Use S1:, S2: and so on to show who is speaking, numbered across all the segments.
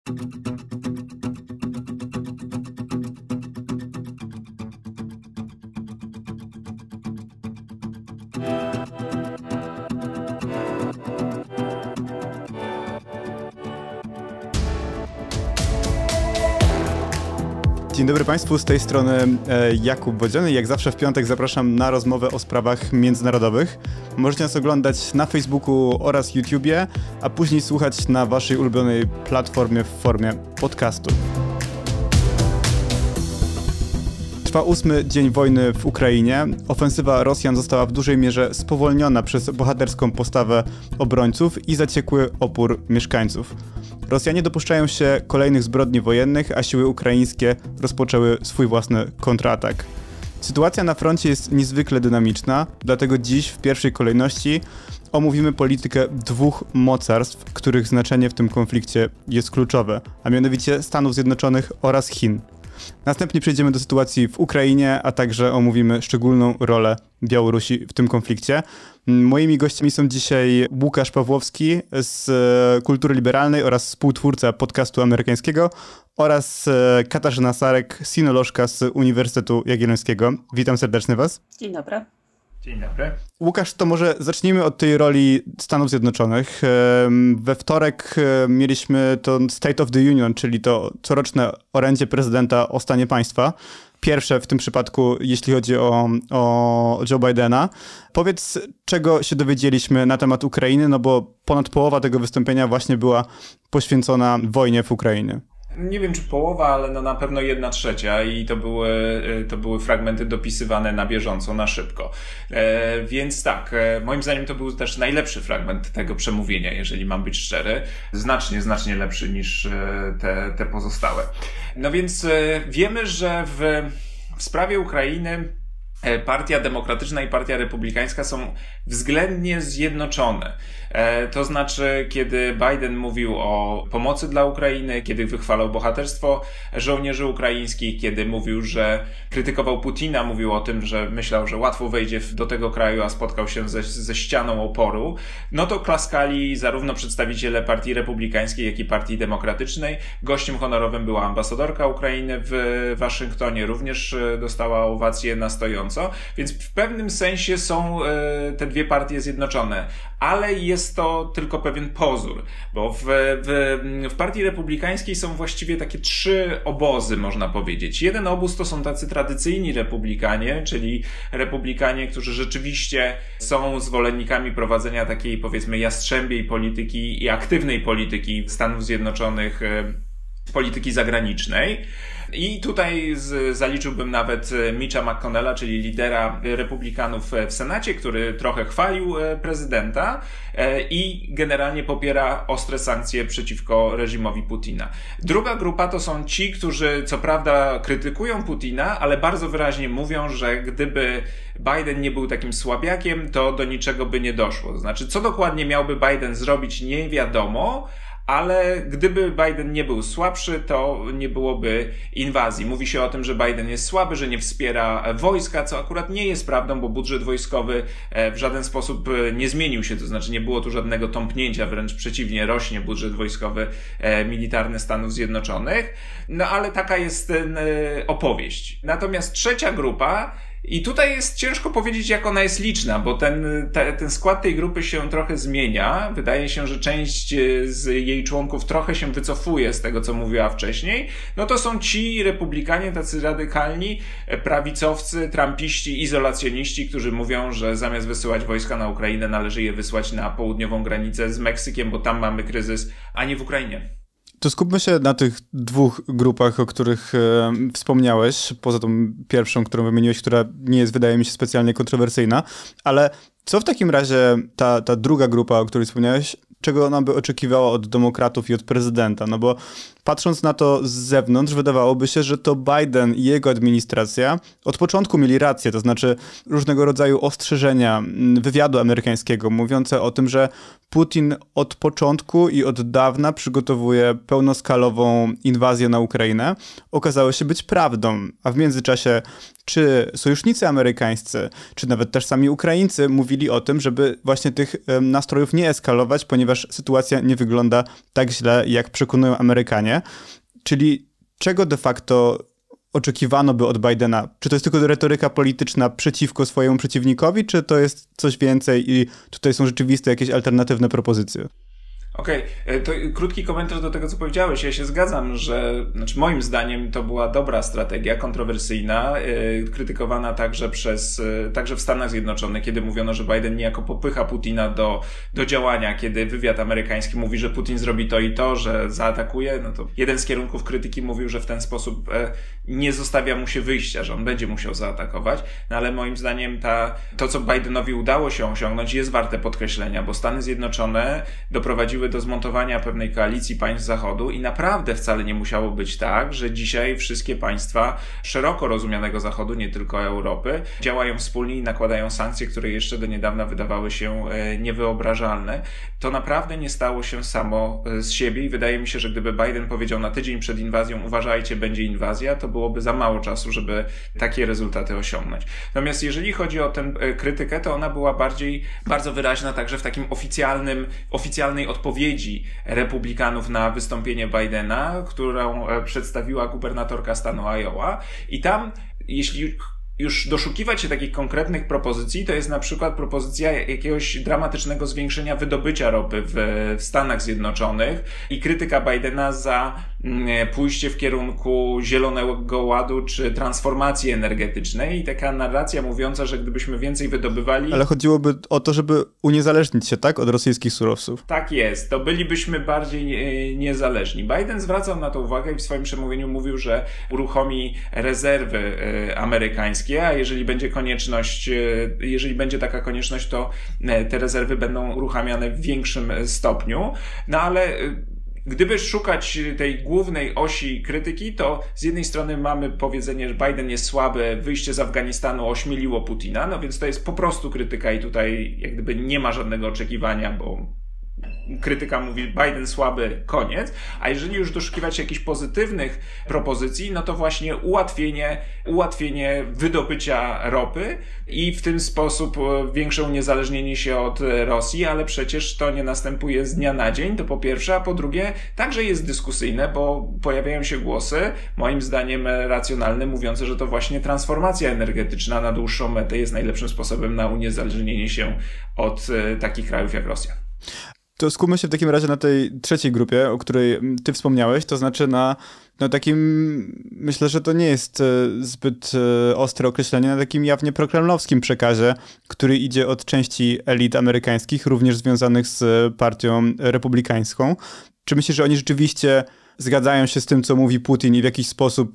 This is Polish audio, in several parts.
S1: Dzień dobry Państwu, z tej strony Jakub Bodziony. Jak zawsze w piątek zapraszam na rozmowę o sprawach międzynarodowych. Możecie nas oglądać na Facebooku oraz YouTubie, a później słuchać na Waszej ulubionej platformie w formie podcastu. Trwa 8. dzień wojny w Ukrainie. Ofensywa Rosjan została w dużej mierze spowolniona przez bohaterską postawę obrońców i zaciekły opór mieszkańców. Rosjanie dopuszczają się kolejnych zbrodni wojennych, a siły ukraińskie rozpoczęły swój własny kontratak. Sytuacja na froncie jest niezwykle dynamiczna, dlatego dziś w pierwszej kolejności omówimy politykę dwóch mocarstw, których znaczenie w tym konflikcie jest kluczowe, a mianowicie Stanów Zjednoczonych oraz Chin. Następnie przejdziemy do sytuacji w Ukrainie, a także omówimy szczególną rolę Białorusi w tym konflikcie. Moimi gośćmi są dzisiaj Łukasz Pawłowski z Kultury Liberalnej oraz współtwórca podcastu amerykańskiego oraz Katarzyna Sarek, sinolożka z Uniwersytetu Jagiellońskiego. Witam serdecznie Was.
S2: Dzień dobry.
S3: Dzień dobry.
S1: Łukasz, to może zacznijmy od tej roli Stanów Zjednoczonych. We wtorek mieliśmy to State of the Union, czyli to coroczne orędzie prezydenta o stanie państwa. Pierwsze w tym przypadku, jeśli chodzi o Joe Bidena. Powiedz, czego się dowiedzieliśmy na temat Ukrainy, no bo ponad połowa tego wystąpienia właśnie była poświęcona wojnie w Ukrainie.
S3: Nie wiem, czy połowa, ale no na pewno 1/3 i to były fragmenty dopisywane na bieżąco, na szybko. Więc tak, moim zdaniem to był też najlepszy fragment tego przemówienia, jeżeli mam być szczery. Znacznie lepszy niż te pozostałe. No więc wiemy, że w sprawie Ukrainy Partia Demokratyczna i Partia Republikańska są względnie zjednoczone. To znaczy, kiedy Biden mówił o pomocy dla Ukrainy, kiedy wychwalał bohaterstwo żołnierzy ukraińskich, kiedy mówił, że krytykował Putina, mówił o tym, że myślał, że łatwo wejdzie do tego kraju, a spotkał się ze ścianą oporu, no to klaskali zarówno przedstawiciele Partii Republikańskiej, jak i Partii Demokratycznej. Gościem honorowym była ambasadorka Ukrainy w Waszyngtonie, również dostała owację na stojąco, więc w pewnym sensie są te dwie partie zjednoczone, ale jest to tylko pewien pozór, bo w Partii Republikańskiej są właściwie takie trzy obozy, można powiedzieć. Jeden obóz to są tacy tradycyjni republikanie, czyli republikanie, którzy rzeczywiście są zwolennikami prowadzenia takiej, powiedzmy, jastrzębiej polityki i aktywnej polityki Stanów Zjednoczonych, polityki zagranicznej. I tutaj zaliczyłbym nawet Mitcha McConnella, czyli lidera republikanów w Senacie, który trochę chwalił prezydenta i generalnie popiera ostre sankcje przeciwko reżimowi Putina. Druga grupa to są ci, którzy co prawda krytykują Putina, ale bardzo wyraźnie mówią, że gdyby Biden nie był takim słabiakiem, to do niczego by nie doszło. To znaczy, co dokładnie miałby Biden zrobić, nie wiadomo, ale gdyby Biden nie był słabszy, to nie byłoby inwazji. Mówi się o tym, że Biden jest słaby, że nie wspiera wojska, co akurat nie jest prawdą, bo budżet wojskowy w żaden sposób nie zmienił się, to znaczy nie było tu żadnego tąpnięcia, wręcz przeciwnie, rośnie budżet wojskowy militarny Stanów Zjednoczonych. No ale taka jest opowieść. Natomiast trzecia grupa, i tutaj jest ciężko powiedzieć, jak ona jest liczna, bo ten skład tej grupy się trochę zmienia. Wydaje się, że część z jej członków trochę się wycofuje z tego, co mówiła wcześniej. No to są ci republikanie, tacy radykalni, prawicowcy, trumpiści, izolacjoniści, którzy mówią, że zamiast wysyłać wojska na Ukrainę, należy je wysłać na południową granicę z Meksykiem, bo tam mamy kryzys, a nie w Ukrainie.
S1: To skupmy się na tych dwóch grupach, o których wspomniałeś, poza tą pierwszą, którą wymieniłeś, która nie jest, wydaje mi się, specjalnie kontrowersyjna, ale co w takim razie ta druga grupa, o której wspomniałeś, czego ona by oczekiwała od demokratów i od prezydenta? No bo patrząc na to z zewnątrz, wydawałoby się, że to Biden i jego administracja od początku mieli rację, to znaczy różnego rodzaju ostrzeżenia wywiadu amerykańskiego mówiące o tym, że Putin od początku i od dawna przygotowuje pełnoskalową inwazję na Ukrainę, okazało się być prawdą, a w międzyczasie czy sojusznicy amerykańscy, czy nawet też sami Ukraińcy mówili o tym, żeby właśnie tych nastrojów nie eskalować, ponieważ sytuacja nie wygląda tak źle, jak przekonują Amerykanie. Czyli czego de facto oczekiwano by od Bidena? Czy to jest tylko retoryka polityczna przeciwko swojemu przeciwnikowi, czy to jest coś więcej i tutaj są rzeczywiste jakieś alternatywne propozycje?
S3: Okej, to krótki komentarz do tego, co powiedziałeś. Ja się zgadzam, że, moim zdaniem to była dobra strategia, kontrowersyjna, krytykowana także w Stanach Zjednoczonych, kiedy mówiono, że Biden niejako popycha Putina do działania, kiedy wywiad amerykański mówi, że Putin zrobi to i to, że zaatakuje, no to jeden z kierunków krytyki mówił, że w ten sposób nie zostawia mu się wyjścia, że on będzie musiał zaatakować, no ale moim zdaniem to, co Bidenowi udało się osiągnąć, jest warte podkreślenia, bo Stany Zjednoczone doprowadziły do zmontowania pewnej koalicji państw Zachodu i naprawdę wcale nie musiało być tak, że dzisiaj wszystkie państwa szeroko rozumianego Zachodu, nie tylko Europy, działają wspólnie i nakładają sankcje, które jeszcze do niedawna wydawały się niewyobrażalne. To naprawdę nie stało się samo z siebie i wydaje mi się, że gdyby Biden powiedział na tydzień przed inwazją, uważajcie, będzie inwazja, to byłoby za mało czasu, żeby takie rezultaty osiągnąć. Natomiast jeżeli chodzi o tę krytykę, to ona była bardzo wyraźna także w takim oficjalnej odpowiedzi republikanów na wystąpienie Bidena, którą przedstawiła gubernatorka stanu Iowa. I tam, jeśli już doszukiwać się takich konkretnych propozycji, to jest na przykład propozycja jakiegoś dramatycznego zwiększenia wydobycia ropy w Stanach Zjednoczonych i krytyka Bidena za pójście w kierunku zielonego ładu czy transformacji energetycznej i taka narracja mówiąca, że gdybyśmy więcej wydobywali...
S1: Ale chodziłoby o to, żeby uniezależnić się, tak? Od rosyjskich surowców.
S3: Tak jest. To bylibyśmy bardziej niezależni. Biden zwracał na to uwagę i w swoim przemówieniu mówił, że uruchomi rezerwy amerykańskie, a jeżeli będzie taka konieczność, to te rezerwy będą uruchamiane w większym stopniu. No ale gdyby szukać tej głównej osi krytyki, to z jednej strony mamy powiedzenie, że Biden jest słaby, wyjście z Afganistanu ośmieliło Putina, no więc to jest po prostu krytyka i tutaj jak gdyby nie ma żadnego oczekiwania, bo krytyka mówi Biden słaby, koniec. A jeżeli już doszukiwać jakichś pozytywnych propozycji, no to właśnie ułatwienie wydobycia ropy i w ten sposób większe uniezależnienie się od Rosji, ale przecież to nie następuje z dnia na dzień, to po pierwsze, a po drugie także jest dyskusyjne, bo pojawiają się głosy, moim zdaniem racjonalne, mówiące, że to właśnie transformacja energetyczna na dłuższą metę jest najlepszym sposobem na uniezależnienie się od takich krajów jak Rosja.
S1: To skupmy się w takim razie na tej trzeciej grupie, o której ty wspomniałeś, to znaczy na takim, myślę, że to nie jest zbyt ostre określenie, na takim jawnie prokremlowskim przekazie, który idzie od części elit amerykańskich, również związanych z partią republikańską. Czy myślisz, że oni rzeczywiście zgadzają się z tym, co mówi Putin i w jakiś sposób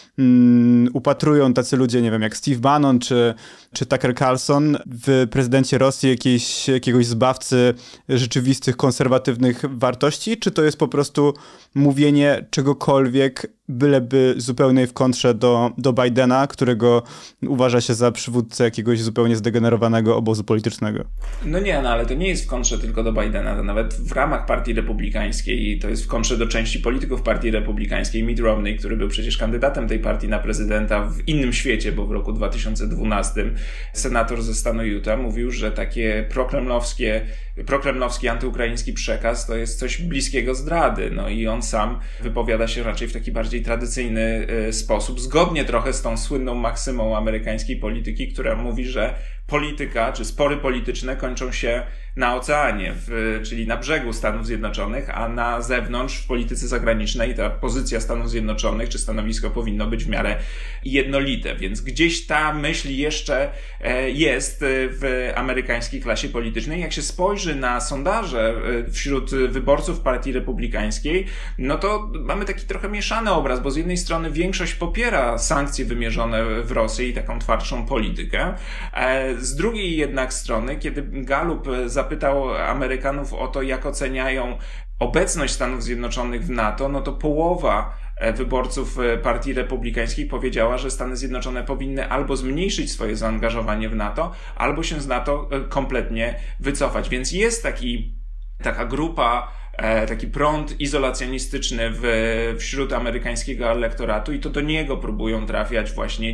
S1: upatrują tacy ludzie, nie wiem, jak Steve Bannon czy Tucker Carlson w prezydencie Rosji jakiegoś zbawcy rzeczywistych, konserwatywnych wartości? Czy to jest po prostu mówienie czegokolwiek, byleby zupełnie w kontrze do Bidena, którego uważa się za przywódcę jakiegoś zupełnie zdegenerowanego obozu politycznego?
S3: No nie, ale to nie jest w kontrze tylko do Bidena, to nawet w ramach partii republikańskiej, to jest w kontrze do części polityków partii republikańskiej. Mitt Romney, który był przecież kandydatem tej partii na prezydenta w innym świecie, bo w roku 2012 senator ze stanu Utah mówił, że takie prokremlowski antyukraiński przekaz to jest coś bliskiego zdrady. No i on sam wypowiada się raczej w taki bardziej tradycyjny sposób, zgodnie trochę z tą słynną maksymą amerykańskiej polityki, która mówi, że polityka czy spory polityczne kończą się na oceanie, czyli na brzegu Stanów Zjednoczonych, a na zewnątrz w polityce zagranicznej ta pozycja Stanów Zjednoczonych czy stanowisko powinno być w miarę jednolite, więc gdzieś ta myśl jeszcze jest w amerykańskiej klasie politycznej. Jak się spojrzy na sondaże wśród wyborców partii republikańskiej, no to mamy taki trochę mieszany obraz, bo z jednej strony większość popiera sankcje wymierzone w Rosję i taką twardszą politykę. Z drugiej jednak strony, kiedy Gallup zapytał Amerykanów o to, jak oceniają obecność Stanów Zjednoczonych w NATO, no to połowa wyborców Partii Republikańskiej powiedziała, że Stany Zjednoczone powinny albo zmniejszyć swoje zaangażowanie w NATO, albo się z NATO kompletnie wycofać. Więc jest taka grupa, taki prąd izolacjonistyczny wśród amerykańskiego elektoratu i to do niego próbują trafiać właśnie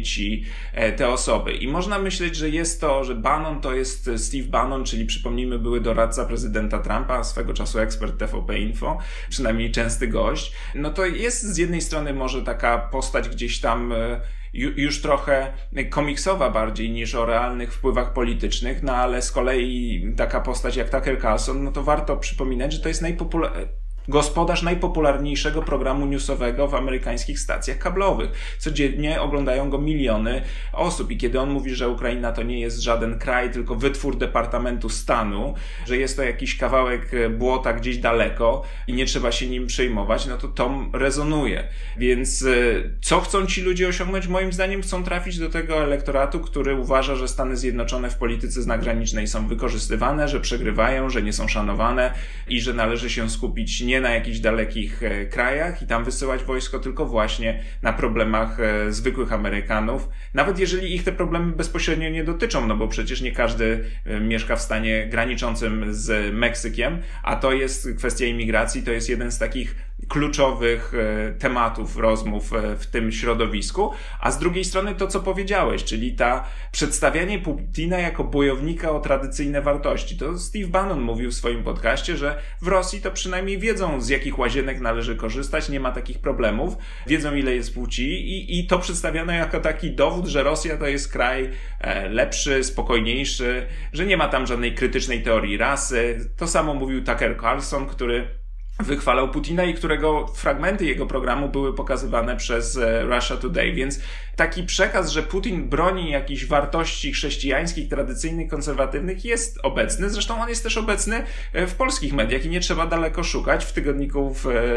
S3: te osoby. I można myśleć, że jest to, że Bannon to jest Steve Bannon, czyli przypomnijmy były doradca prezydenta Trumpa, swego czasu ekspert TVP Info, przynajmniej częsty gość. No to jest z jednej strony może taka postać gdzieś tam już trochę komiksowa bardziej niż o realnych wpływach politycznych, no ale z kolei taka postać jak Tucker Carlson, no to warto przypominać, że to jest gospodarz najpopularniejszego programu newsowego w amerykańskich stacjach kablowych. Codziennie oglądają go miliony osób i kiedy on mówi, że Ukraina to nie jest żaden kraj, tylko wytwór Departamentu Stanu, że jest to jakiś kawałek błota gdzieś daleko i nie trzeba się nim przejmować, no to rezonuje. Więc co chcą ci ludzie osiągnąć? Moim zdaniem chcą trafić do tego elektoratu, który uważa, że Stany Zjednoczone w polityce zagranicznej są wykorzystywane, że przegrywają, że nie są szanowane i że należy się skupić nie na jakichś dalekich krajach i tam wysyłać wojsko, tylko właśnie na problemach zwykłych Amerykanów. Nawet jeżeli ich te problemy bezpośrednio nie dotyczą, no bo przecież nie każdy mieszka w stanie graniczącym z Meksykiem, a to jest kwestia imigracji, to jest jeden z takich kluczowych tematów rozmów w tym środowisku, a z drugiej strony to, co powiedziałeś, czyli przedstawianie Putina jako bojownika o tradycyjne wartości. To Steve Bannon mówił w swoim podcaście, że w Rosji to przynajmniej wiedzą, z jakich łazienek należy korzystać, nie ma takich problemów, wiedzą, ile jest płci i to przedstawiano jako taki dowód, że Rosja to jest kraj lepszy, spokojniejszy, że nie ma tam żadnej krytycznej teorii rasy. To samo mówił Tucker Carlson, który wychwalał Putina i którego fragmenty jego programu były pokazywane przez Russia Today, więc taki przekaz, że Putin broni jakichś wartości chrześcijańskich, tradycyjnych, konserwatywnych jest obecny, zresztą on jest też obecny w polskich mediach i nie trzeba daleko szukać. W tygodniku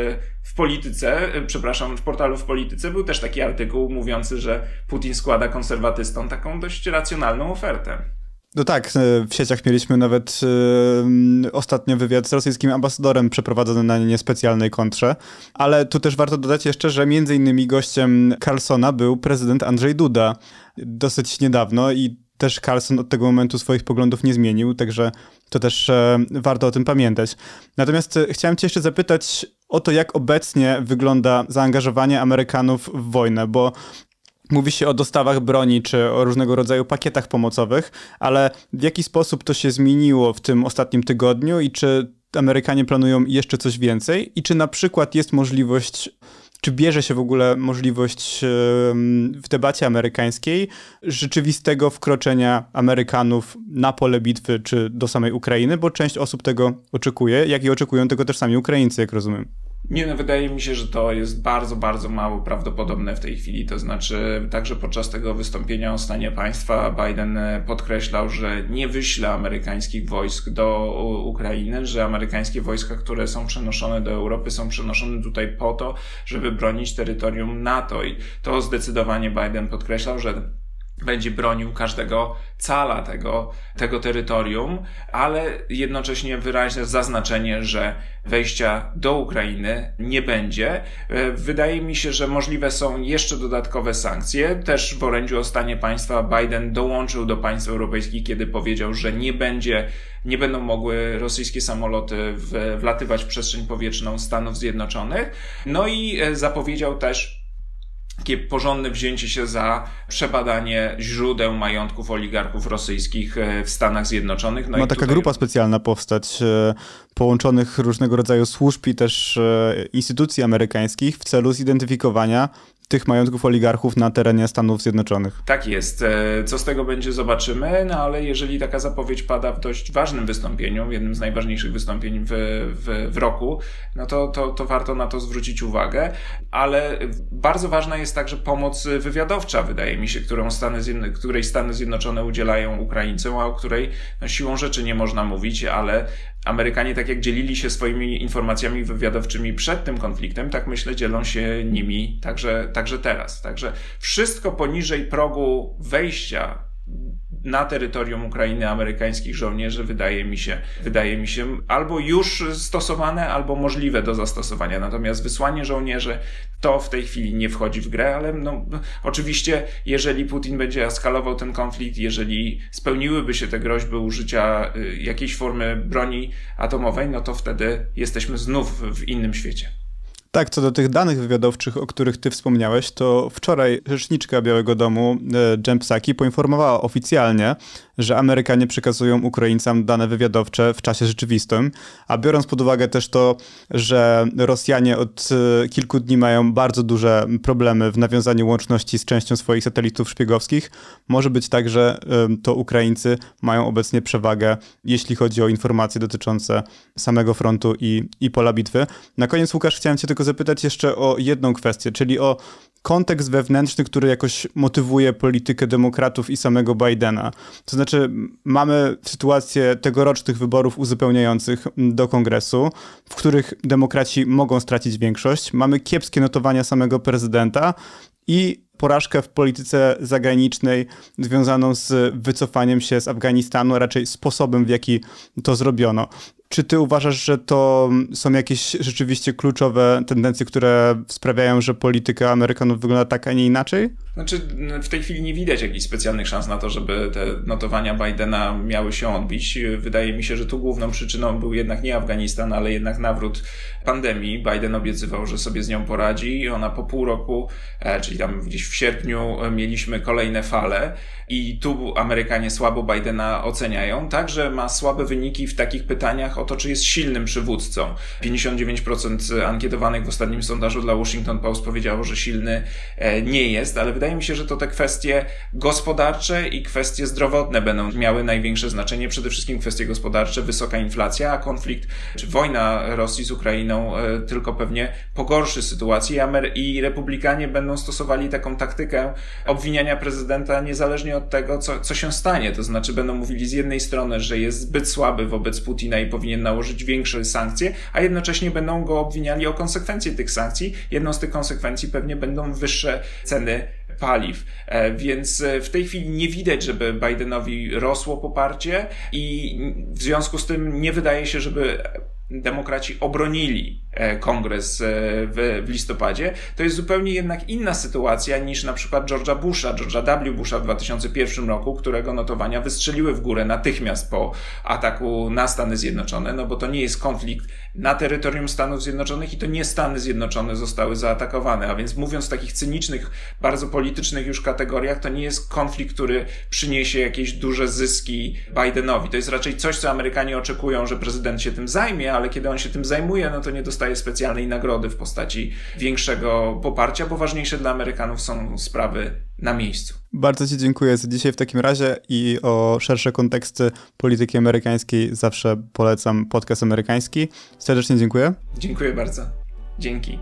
S3: w portalu w Polityce był też taki artykuł mówiący, że Putin składa konserwatystom taką dość racjonalną ofertę.
S1: No tak, w sieciach mieliśmy nawet ostatnio wywiad z rosyjskim ambasadorem przeprowadzony na niespecjalnej kontrze, ale tu też warto dodać jeszcze, że między innymi gościem Carlsona był prezydent Andrzej Duda dosyć niedawno i też Carlson od tego momentu swoich poglądów nie zmienił, także to też warto o tym pamiętać. Natomiast chciałem cię jeszcze zapytać o to, jak obecnie wygląda zaangażowanie Amerykanów w wojnę, bo mówi się o dostawach broni czy o różnego rodzaju pakietach pomocowych, ale w jaki sposób to się zmieniło w tym ostatnim tygodniu i czy Amerykanie planują jeszcze coś więcej? I czy na przykład jest możliwość, czy bierze się w ogóle możliwość w debacie amerykańskiej rzeczywistego wkroczenia Amerykanów na pole bitwy czy do samej Ukrainy? Bo część osób tego oczekuje, jak i oczekują tego też sami Ukraińcy, jak rozumiem.
S3: Nie, no wydaje mi się, że to jest bardzo, bardzo mało prawdopodobne w tej chwili. To znaczy, także podczas tego wystąpienia o stanie państwa Biden podkreślał, że nie wyśle amerykańskich wojsk do Ukrainy, że amerykańskie wojska, które są przenoszone do Europy, są przenoszone tutaj po to, żeby bronić terytorium NATO. I to zdecydowanie Biden podkreślał, że będzie bronił każdego cala tego terytorium, ale jednocześnie wyraźne zaznaczenie, że wejścia do Ukrainy nie będzie. Wydaje mi się, że możliwe są jeszcze dodatkowe sankcje. Też w orędziu o stanie państwa Biden dołączył do państw europejskich, kiedy powiedział, że nie będą mogły rosyjskie samoloty wlatywać w przestrzeń powietrzną Stanów Zjednoczonych. No i zapowiedział też takie porządne wzięcie się za przebadanie źródeł majątków oligarchów rosyjskich w Stanach Zjednoczonych. No
S1: ma taka grupa specjalna powstać, połączonych różnego rodzaju służb i też instytucji amerykańskich w celu zidentyfikowania tych majątków oligarchów na terenie Stanów Zjednoczonych.
S3: Tak jest. Co z tego będzie, zobaczymy, no ale jeżeli taka zapowiedź pada w dość ważnym wystąpieniu, w jednym z najważniejszych wystąpień w roku, no to warto na to zwrócić uwagę, ale bardzo ważna jest także pomoc wywiadowcza, wydaje mi się, której Stany Zjednoczone udzielają Ukraińcom, a o której siłą rzeczy nie można mówić, ale Amerykanie, tak jak dzielili się swoimi informacjami wywiadowczymi przed tym konfliktem, tak myślę, dzielą się nimi także teraz. Także wszystko poniżej progu wejścia na terytorium Ukrainy amerykańskich żołnierzy wydaje mi się albo już stosowane, albo możliwe do zastosowania. Natomiast wysłanie żołnierzy to w tej chwili nie wchodzi w grę, ale oczywiście jeżeli Putin będzie eskalował ten konflikt, jeżeli spełniłyby się te groźby użycia jakiejś formy broni atomowej, no to wtedy jesteśmy znów w innym świecie.
S1: Tak, co do tych danych wywiadowczych, o których ty wspomniałeś, to wczoraj rzeczniczka Białego Domu, Jen Psaki, poinformowała oficjalnie, że Amerykanie przekazują Ukraińcom dane wywiadowcze w czasie rzeczywistym, a biorąc pod uwagę też to, że Rosjanie od kilku dni mają bardzo duże problemy w nawiązaniu łączności z częścią swoich satelitów szpiegowskich, może być tak, że to Ukraińcy mają obecnie przewagę, jeśli chodzi o informacje dotyczące samego frontu i pola bitwy. Na koniec, Łukasz, chciałem cię tylko zapytać jeszcze o jedną kwestię, czyli o kontekst wewnętrzny, który jakoś motywuje politykę demokratów i samego Bidena. To znaczy, mamy sytuację tegorocznych wyborów uzupełniających do kongresu, w których demokraci mogą stracić większość. Mamy kiepskie notowania samego prezydenta i porażkę w polityce zagranicznej związaną z wycofaniem się z Afganistanu, a raczej sposobem, w jaki to zrobiono. Czy ty uważasz, że to są jakieś rzeczywiście kluczowe tendencje, które sprawiają, że polityka Amerykanów wygląda tak, a nie inaczej?
S3: Znaczy, w tej chwili nie widać jakichś specjalnych szans na to, żeby te notowania Bidena miały się odbić. Wydaje mi się, że tu główną przyczyną był jednak nie Afganistan, ale jednak nawrót pandemii. Biden obiecywał, że sobie z nią poradzi i ona po pół roku, czyli tam gdzieś w sierpniu, mieliśmy kolejne fale i tu Amerykanie słabo Bidena oceniają, także ma słabe wyniki w takich pytaniach o to, czy jest silnym przywódcą. 59% ankietowanych w ostatnim sondażu dla Washington Post powiedziało, że silny nie jest, ale wydaje mi się, że to te kwestie gospodarcze i kwestie zdrowotne będą miały największe znaczenie. Przede wszystkim kwestie gospodarcze, wysoka inflacja, a konflikt czy wojna Rosji z Ukrainą tylko pewnie pogorszy sytuację i republikanie będą stosowali taką taktykę obwiniania prezydenta niezależnie od tego, co się stanie. To znaczy będą mówili z jednej strony, że jest zbyt słaby wobec Putina i powinien nałożyć większe sankcje, a jednocześnie będą go obwiniali o konsekwencje tych sankcji. Jedną z tych konsekwencji pewnie będą wyższe ceny paliw. Więc w tej chwili nie widać, żeby Bidenowi rosło poparcie i w związku z tym nie wydaje się, żeby demokraci obronili kongres w listopadzie. To jest zupełnie jednak inna sytuacja niż na przykład George'a W. Busha w 2001 roku, którego notowania wystrzeliły w górę natychmiast po ataku na Stany Zjednoczone, no bo to nie jest konflikt na terytorium Stanów Zjednoczonych i to nie Stany Zjednoczone zostały zaatakowane, a więc mówiąc w takich cynicznych, bardzo politycznych już kategoriach, to nie jest konflikt, który przyniesie jakieś duże zyski Bidenowi. To jest raczej coś, co Amerykanie oczekują, że prezydent się tym zajmie, ale kiedy on się tym zajmuje, no to nie dostaje specjalnej nagrody w postaci większego poparcia, bo ważniejsze dla Amerykanów są sprawy na miejscu.
S1: Bardzo ci dziękuję za dzisiaj w takim razie i o szersze konteksty polityki amerykańskiej zawsze polecam podcast amerykański. Serdecznie dziękuję.
S3: Dziękuję bardzo. Dzięki.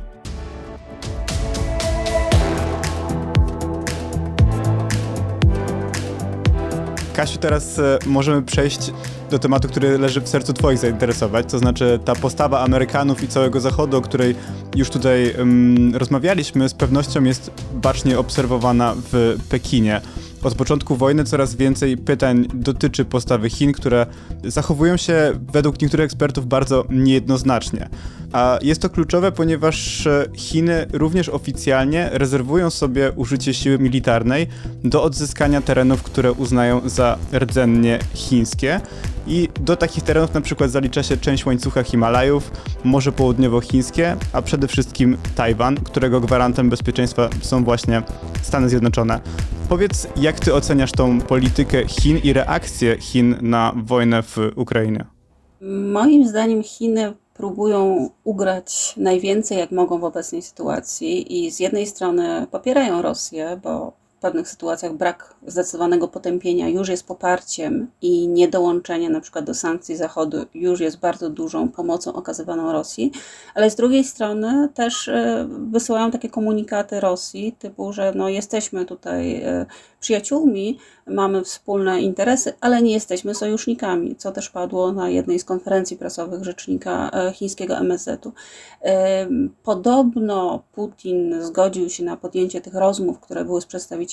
S1: Kasiu, teraz możemy przejść do tematu, który leży w sercu twoich zainteresować, to znaczy ta postawa Amerykanów i całego Zachodu, o której już tutaj rozmawialiśmy, z pewnością jest bacznie obserwowana w Pekinie. Od początku wojny coraz więcej pytań dotyczy postawy Chin, które zachowują się według niektórych ekspertów bardzo niejednoznacznie. A jest to kluczowe, ponieważ Chiny również oficjalnie rezerwują sobie użycie siły militarnej do odzyskania terenów, które uznają za rdzennie chińskie. I do takich terenów na przykład zalicza się część łańcucha Himalajów, Morze Południowochińskie, a przede wszystkim Tajwan, którego gwarantem bezpieczeństwa są właśnie Stany Zjednoczone. Powiedz, jak ty oceniasz tą politykę Chin i reakcję Chin na wojnę w Ukrainie?
S2: Moim zdaniem Chiny próbują ugrać najwięcej jak mogą w obecnej sytuacji i z jednej strony popierają Rosję, bo w pewnych sytuacjach brak zdecydowanego potępienia już jest poparciem i niedołączenie na przykład do sankcji Zachodu już jest bardzo dużą pomocą okazywaną Rosji, ale z drugiej strony też wysyłają takie komunikaty Rosji typu, że no jesteśmy tutaj przyjaciółmi, mamy wspólne interesy, ale nie jesteśmy sojusznikami, co też padło na jednej z konferencji prasowych rzecznika chińskiego MSZ-u. Podobno Putin zgodził się na podjęcie tych rozmów, które były z przedstawicielami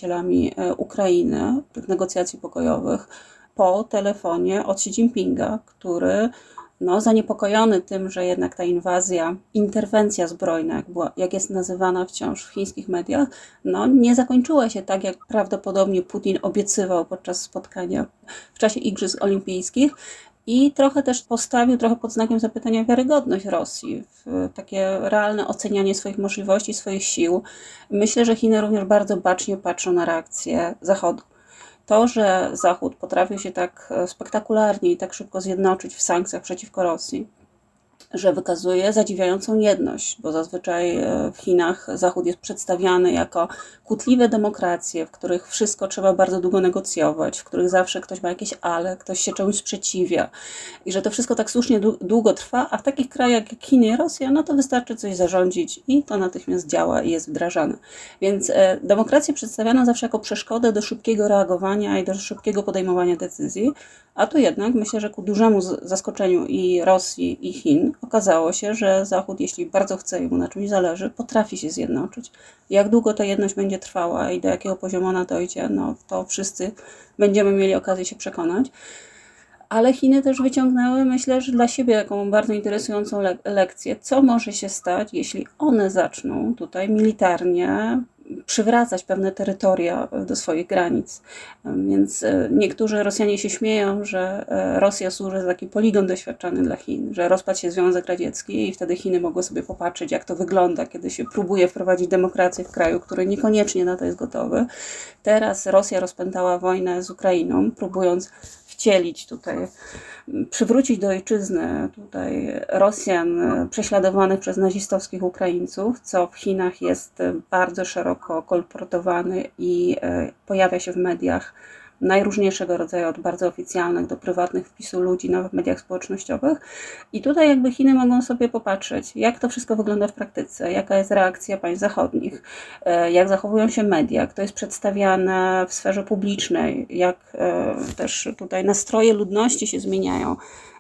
S2: przedstawicielami Ukrainy, tych negocjacji pokojowych, po telefonie od Xi Jinpinga, który zaniepokojony tym, że jednak ta inwazja, interwencja zbrojna, jak jest nazywana wciąż w chińskich mediach, nie zakończyła się tak, jak prawdopodobnie Putin obiecywał podczas spotkania w czasie Igrzysk Olimpijskich. I trochę też postawił pod znakiem zapytania wiarygodność Rosji, w takie realne ocenianie swoich możliwości, swoich sił. Myślę, że Chiny również bardzo bacznie patrzą na reakcję Zachodu. To, że Zachód potrafił się tak spektakularnie i tak szybko zjednoczyć w sankcjach przeciwko Rosji, że wykazuje zadziwiającą jedność, bo zazwyczaj w Chinach Zachód jest przedstawiany jako kłótliwe demokracje, w których wszystko trzeba bardzo długo negocjować, w których zawsze ktoś ma jakieś ale, ktoś się czemuś sprzeciwia i że to wszystko tak słusznie długo trwa, a w takich krajach jak Chiny i Rosja, to wystarczy coś zarządzić i to natychmiast działa i jest wdrażane. Więc demokrację przedstawiano zawsze jako przeszkodę do szybkiego reagowania i do szybkiego podejmowania decyzji, a tu jednak myślę, że ku dużemu zaskoczeniu i Rosji, i Chin okazało się, że Zachód, jeśli bardzo chce i mu na czymś zależy, potrafi się zjednoczyć. Jak długo ta jedność będzie trwała i do jakiego poziomu ona dojdzie, to wszyscy będziemy mieli okazję się przekonać. Ale Chiny też wyciągnęły, myślę, że dla siebie taką bardzo interesującą lekcję, co może się stać, jeśli one zaczną tutaj militarnie przywracać pewne terytoria do swoich granic. Więc niektórzy Rosjanie się śmieją, że Rosja służy za taki poligon doświadczany dla Chin, że rozpadł się Związek Radziecki i wtedy Chiny mogły sobie popatrzeć, jak to wygląda, kiedy się próbuje wprowadzić demokrację w kraju, który niekoniecznie na to jest gotowy. Teraz Rosja rozpętała wojnę z Ukrainą, próbując wcielić tutaj, przywrócić do ojczyzny tutaj Rosjan prześladowanych przez nazistowskich Ukraińców, co w Chinach jest bardzo szeroko kolportowany i pojawia się w mediach najróżniejszego rodzaju, od bardzo oficjalnych do prywatnych wpisów ludzi, nawet w mediach społecznościowych. I tutaj jakby Chiny mogą sobie popatrzeć, jak to wszystko wygląda w praktyce, jaka jest reakcja państw zachodnich, jak zachowują się media, jak to jest przedstawiane w sferze publicznej, jak też tutaj nastroje ludności się zmieniają.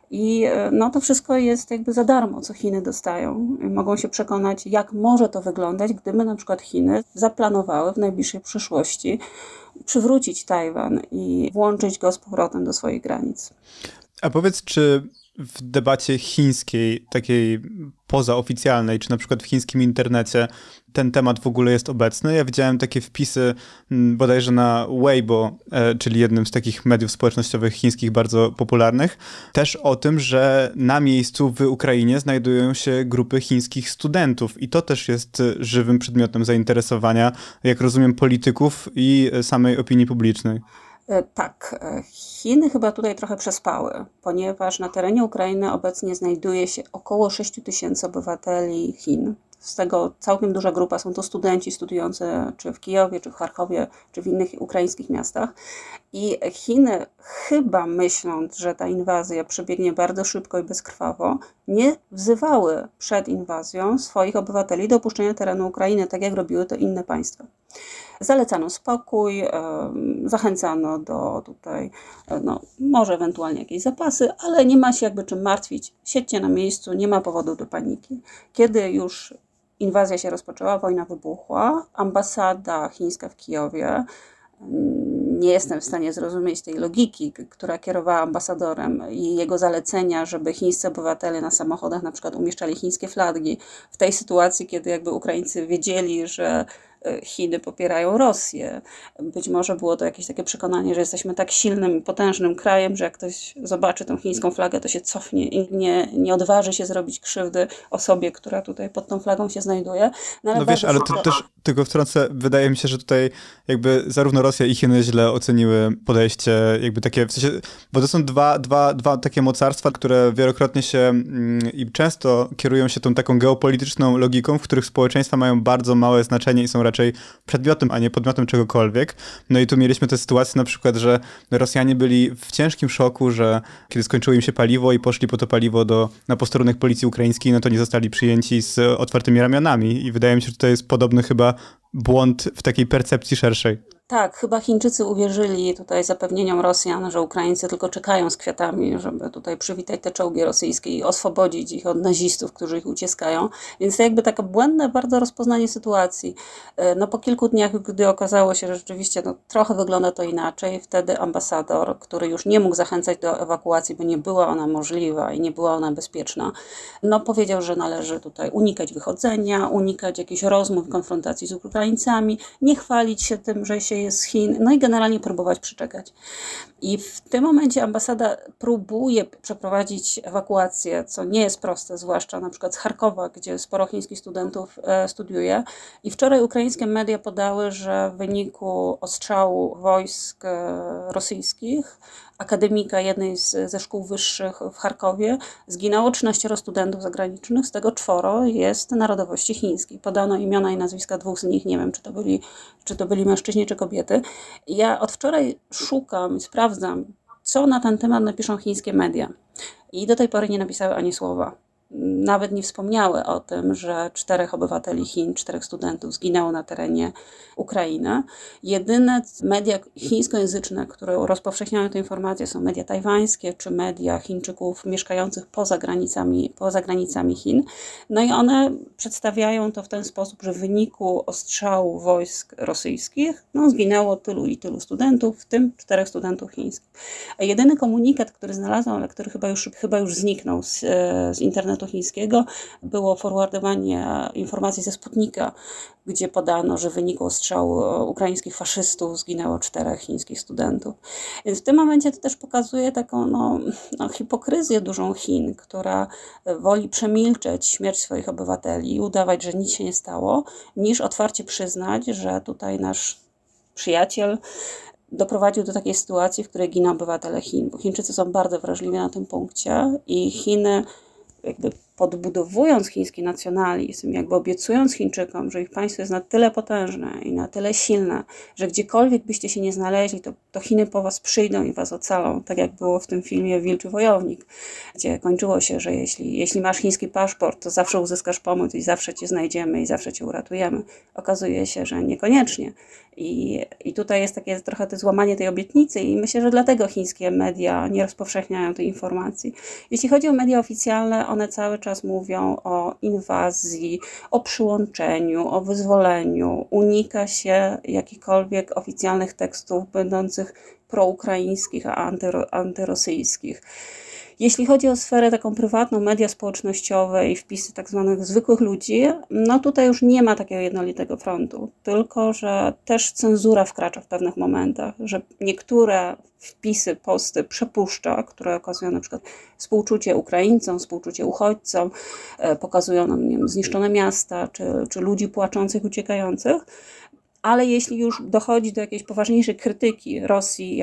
S2: I to wszystko jest jakby za darmo, co Chiny dostają. Mogą się przekonać, jak może to wyglądać, gdyby na przykład Chiny zaplanowały w najbliższej przyszłości przywrócić Tajwan i włączyć go z powrotem do swoich granic.
S1: A powiedz, czy w debacie chińskiej, takiej pozaoficjalnej, czy na przykład w chińskim internecie ten temat w ogóle jest obecny? Ja widziałem takie wpisy bodajże na Weibo, czyli jednym z takich mediów społecznościowych chińskich bardzo popularnych, też o tym, że na miejscu w Ukrainie znajdują się grupy chińskich studentów i to też jest żywym przedmiotem zainteresowania, jak rozumiem, polityków i samej opinii publicznej.
S2: Tak, Chiny chyba tutaj trochę przespały, ponieważ na terenie Ukrainy obecnie znajduje się około 6 000 obywateli Chin. Z tego całkiem duża grupa są to studenci studiujący czy w Kijowie, czy w Charkowie, czy w innych ukraińskich miastach. I Chiny, chyba myśląc, że ta inwazja przebiegnie bardzo szybko i bezkrwawo, nie wzywały przed inwazją swoich obywateli do opuszczenia terenu Ukrainy, tak jak robiły to inne państwa. Zalecano spokój, zachęcano do tutaj, może ewentualnie jakieś zapasy, ale nie ma się jakby czym martwić. Siedźcie na miejscu, nie ma powodu do paniki. Kiedy już inwazja się rozpoczęła, wojna wybuchła, ambasada chińska w Kijowie, nie jestem w stanie zrozumieć tej logiki, która kierowała ambasadorem i jego zalecenia, żeby chińscy obywatele na samochodach na przykład umieszczali chińskie flagi. W tej sytuacji, kiedy jakby Ukraińcy wiedzieli, że Chiny popierają Rosję. Być może było to jakieś takie przekonanie, że jesteśmy tak silnym i potężnym krajem, że jak ktoś zobaczy tą chińską flagę, to się cofnie i nie odważy się zrobić krzywdy osobie, która tutaj pod tą flagą się znajduje.
S1: No wiesz, ale to też tylko wtrącę, wydaje mi się, że tutaj jakby zarówno Rosja i Chiny źle oceniły podejście, jakby takie, w sensie, bo to są dwa takie mocarstwa, które wielokrotnie się i często kierują się tą taką geopolityczną logiką, w których społeczeństwa mają bardzo małe znaczenie i są raczej przedmiotem, a nie podmiotem czegokolwiek. No i tu mieliśmy tę sytuację na przykład, że Rosjanie byli w ciężkim szoku, że kiedy skończyło im się paliwo i poszli po to paliwo na posterunek policji ukraińskiej, no to nie zostali przyjęci z otwartymi ramionami i wydaje mi się, że to jest podobny chyba błąd w takiej percepcji szerszej.
S2: Tak, chyba Chińczycy uwierzyli tutaj zapewnieniom Rosjan, że Ukraińcy tylko czekają z kwiatami, żeby tutaj przywitać te czołgi rosyjskie i oswobodzić ich od nazistów, którzy ich uciskają. Więc to jakby takie błędne bardzo rozpoznanie sytuacji. No po kilku dniach, gdy okazało się, że rzeczywiście trochę wygląda to inaczej, wtedy ambasador, który już nie mógł zachęcać do ewakuacji, bo nie była ona możliwa i nie była ona bezpieczna, powiedział, że należy tutaj unikać wychodzenia, unikać jakichś rozmów, konfrontacji z Ukraińcami, nie chwalić się tym, że się jest z Chin, i generalnie próbować przeczekać. I w tym momencie ambasada próbuje przeprowadzić ewakuację, co nie jest proste, zwłaszcza na przykład z Charkowa, gdzie sporo chińskich studentów studiuje. I wczoraj ukraińskie media podały, że w wyniku ostrzału wojsk rosyjskich akademika jednej ze szkół wyższych w Charkowie zginęło 13 studentów zagranicznych, z tego 4 jest narodowości chińskiej. Podano imiona i nazwiska 2 z nich, nie wiem, czy to byli mężczyźni, czy kobiety. Ja od wczoraj szukam, sprawdzam, co na ten temat napiszą chińskie media. I do tej pory nie napisały ani słowa. Nawet nie wspomniały o tym, że 4 obywateli Chin, 4 studentów zginęło na terenie Ukrainy. Jedyne media chińskojęzyczne, które rozpowszechniają te informacje, są media tajwańskie czy media Chińczyków mieszkających poza granicami Chin. I one przedstawiają to w ten sposób, że w wyniku ostrzału wojsk rosyjskich zginęło tylu i tylu studentów, w tym 4 studentów chińskich. A jedyny komunikat, który znalazłam, ale który chyba już zniknął z internetu chińskiego, było forwardowanie informacji ze Sputnika, gdzie podano, że w wyniku ostrzału ukraińskich faszystów zginęło 4 chińskich studentów. Więc w tym momencie to też pokazuje taką hipokryzję dużą Chin, która woli przemilczeć śmierć swoich obywateli i udawać, że nic się nie stało, niż otwarcie przyznać, że tutaj nasz przyjaciel doprowadził do takiej sytuacji, w której giną obywatele Chin. Bo Chińczycy są bardzo wrażliwi na tym punkcie i Chiny jakby podbudowując chiński nacjonalizm, jakby obiecując Chińczykom, że ich państwo jest na tyle potężne i na tyle silne, że gdziekolwiek byście się nie znaleźli, to Chiny po was przyjdą i was ocalą, tak jak było w tym filmie Wilczy Wojownik, gdzie kończyło się, że jeśli masz chiński paszport, to zawsze uzyskasz pomoc i zawsze cię znajdziemy i zawsze cię uratujemy. Okazuje się, że niekoniecznie. I tutaj jest takie trochę złamanie tej obietnicy i myślę, że dlatego chińskie media nie rozpowszechniają tej informacji. Jeśli chodzi o media oficjalne, one cały czas mówią o inwazji, o przyłączeniu, o wyzwoleniu. Unika się jakichkolwiek oficjalnych tekstów będących proukraińskich, a antyrosyjskich. Jeśli chodzi o sferę taką prywatną, media społecznościowe i wpisy tak zwanych zwykłych ludzi, tutaj już nie ma takiego jednolitego frontu, tylko że też cenzura wkracza w pewnych momentach, że niektóre wpisy, posty przepuszcza, które okazują na przykład współczucie Ukraińcom, współczucie uchodźcom, pokazują nam, nie wiem, zniszczone miasta czy ludzi płaczących, uciekających. Ale jeśli już dochodzi do jakiejś poważniejszej krytyki Rosji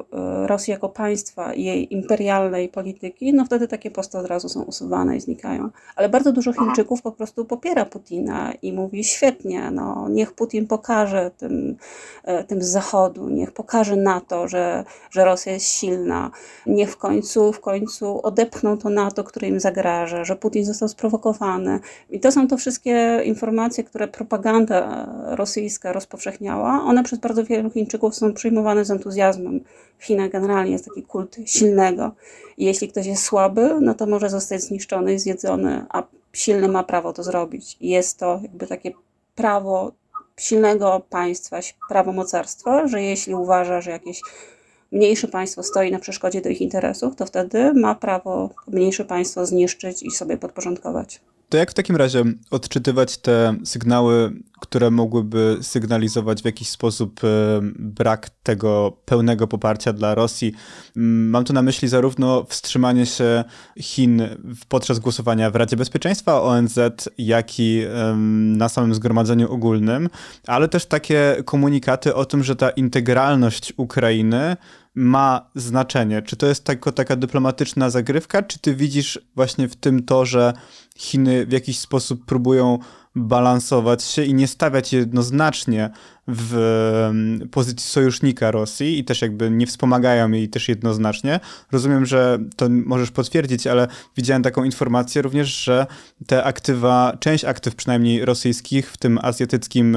S2: jako państwa i jej imperialnej polityki, wtedy takie posty od razu są usuwane i znikają. Ale bardzo dużo Chińczyków po prostu popiera Putina i mówi świetnie, niech Putin pokaże tym z Zachodu, niech pokaże NATO, że Rosja jest silna, niech w końcu odepchną to NATO, które im zagraża, że Putin został sprowokowany. I to są to wszystkie informacje, które propaganda rosyjska rozpowszechniała. One przez bardzo wielu Chińczyków są przyjmowane z entuzjazmem. W Chinach generalnie jest taki kult silnego. I jeśli ktoś jest słaby, to może zostać zniszczony i zjedzony, a silny ma prawo to zrobić. I jest to jakby takie prawo silnego państwa, prawo mocarstwa, że jeśli uważa, że jakieś mniejsze państwo stoi na przeszkodzie do ich interesów, to wtedy ma prawo mniejsze państwo zniszczyć i sobie podporządkować.
S1: To jak w takim razie odczytywać te sygnały, które mogłyby sygnalizować w jakiś sposób brak tego pełnego poparcia dla Rosji? Mam tu na myśli zarówno wstrzymanie się Chin podczas głosowania w Radzie Bezpieczeństwa ONZ, jak i na samym Zgromadzeniu Ogólnym, ale też takie komunikaty o tym, że ta integralność Ukrainy ma znaczenie. Czy to jest taka dyplomatyczna zagrywka, czy ty widzisz właśnie w tym to, że Chiny w jakiś sposób próbują balansować się i nie stawiać jednoznacznie w pozycji sojusznika Rosji i też jakby nie wspomagają jej też jednoznacznie. Rozumiem, że to możesz potwierdzić, ale widziałem taką informację również, że te aktywa, część aktyw przynajmniej rosyjskich w tym Azjatyckim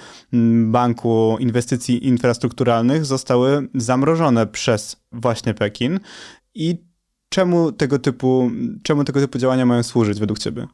S1: Banku Inwestycji Infrastrukturalnych zostały zamrożone przez właśnie Pekin. I czemu tego typu działania mają służyć według ciebie?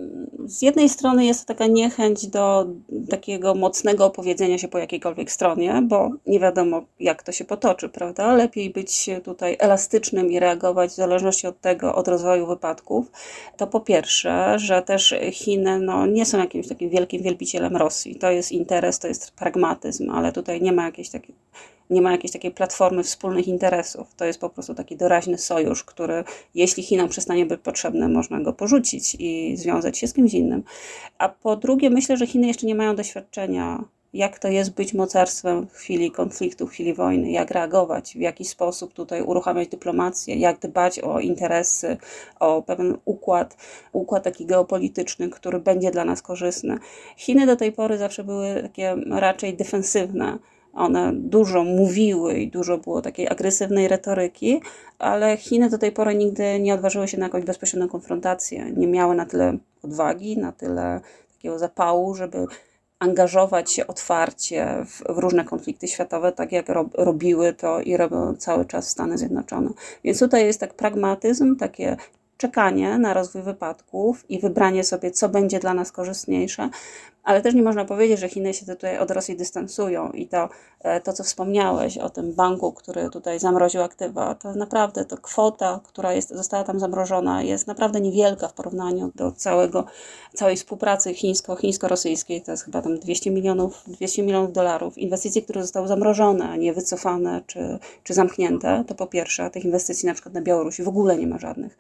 S2: Z jednej strony jest to taka niechęć do takiego mocnego opowiedzenia się po jakiejkolwiek stronie, bo nie wiadomo, jak to się potoczy, prawda? Lepiej być tutaj elastycznym i reagować w zależności od tego, od rozwoju wypadków. To po pierwsze, że też Chiny nie są jakimś takim wielkim wielbicielem Rosji. To jest interes, to jest pragmatyzm, ale tutaj nie ma jakiejś takiej platformy wspólnych interesów. To jest po prostu taki doraźny sojusz, który jeśli Chinom przestanie być potrzebny, można go porzucić i związać się z kimś innym. A po drugie, myślę, że Chiny jeszcze nie mają doświadczenia, jak to jest być mocarstwem w chwili konfliktu, w chwili wojny, jak reagować, w jaki sposób tutaj uruchamiać dyplomację, jak dbać o interesy, o pewien układ taki geopolityczny, który będzie dla nas korzystny. Chiny do tej pory zawsze były takie raczej defensywne. One dużo mówiły i dużo było takiej agresywnej retoryki, ale Chiny do tej pory nigdy nie odważyły się na jakąś bezpośrednią konfrontację. Nie miały na tyle odwagi, na tyle takiego zapału, żeby angażować się otwarcie w różne konflikty światowe, tak jak robiły to i robią cały czas Stany Zjednoczone. Więc tutaj jest tak pragmatyzm, takie czekanie na rozwój wypadków i wybranie sobie, co będzie dla nas korzystniejsze, ale też nie można powiedzieć, że Chiny się tutaj od Rosji dystansują i to, co wspomniałeś o tym banku, który tutaj zamroził aktywa, to naprawdę to kwota, która została tam zamrożona, jest naprawdę niewielka w porównaniu do całej współpracy chińsko-rosyjskiej. To jest chyba tam 200 milionów dolarów. Inwestycje, które zostały zamrożone, a nie wycofane czy zamknięte, to po pierwsze, a tych inwestycji na przykład na Białorusi w ogóle nie ma żadnych.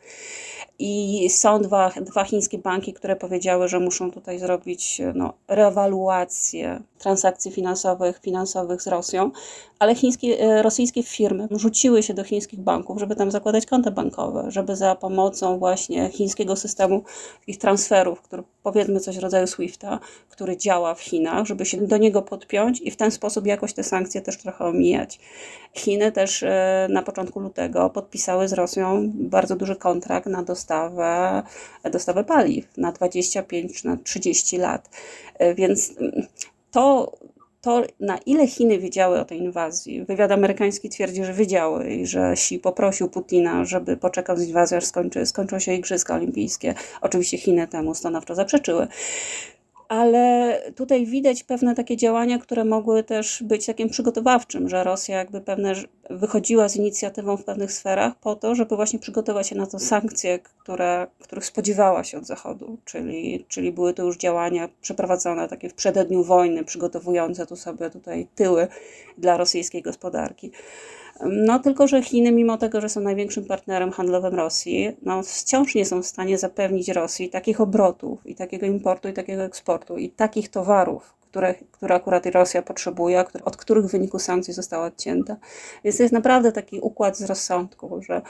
S2: I są dwa chińskie banki, które powiedziały, że muszą tutaj zrobić reewaluację transakcji finansowych z Rosją, ale rosyjskie firmy rzuciły się do chińskich banków, żeby tam zakładać konta bankowe, żeby za pomocą właśnie chińskiego systemu takich transferów, który powiedzmy coś w rodzaju SWIFT-a, który działa w Chinach, żeby się do niego podpiąć i w ten sposób jakoś te sankcje też trochę omijać. Chiny też na początku lutego podpisały z Rosją bardzo duży kontrakt na dostawę paliw na 25 na 30 lat. Więc to, na ile Chiny wiedziały o tej inwazji, wywiad amerykański twierdzi, że wiedziały i że Xi poprosił Putina, żeby poczekał z inwazją, aż skończą się Igrzyska Olimpijskie. Oczywiście Chiny temu stanowczo zaprzeczyły. Ale tutaj widać pewne takie działania, które mogły też być takim przygotowawczym, że Rosja jakby wychodziła z inicjatywą w pewnych sferach po to, żeby właśnie przygotować się na to sankcje, których spodziewała się od Zachodu, czyli były to już działania przeprowadzone takie w przededniu wojny, przygotowujące tu sobie tutaj tyły dla rosyjskiej gospodarki. Tylko że Chiny, mimo tego, że są największym partnerem handlowym Rosji, wciąż nie są w stanie zapewnić Rosji takich obrotów i takiego importu i takiego eksportu i takich towarów, które akurat Rosja potrzebuje, od których w wyniku sankcji została odcięta. Więc to jest naprawdę taki układ z rozsądku, że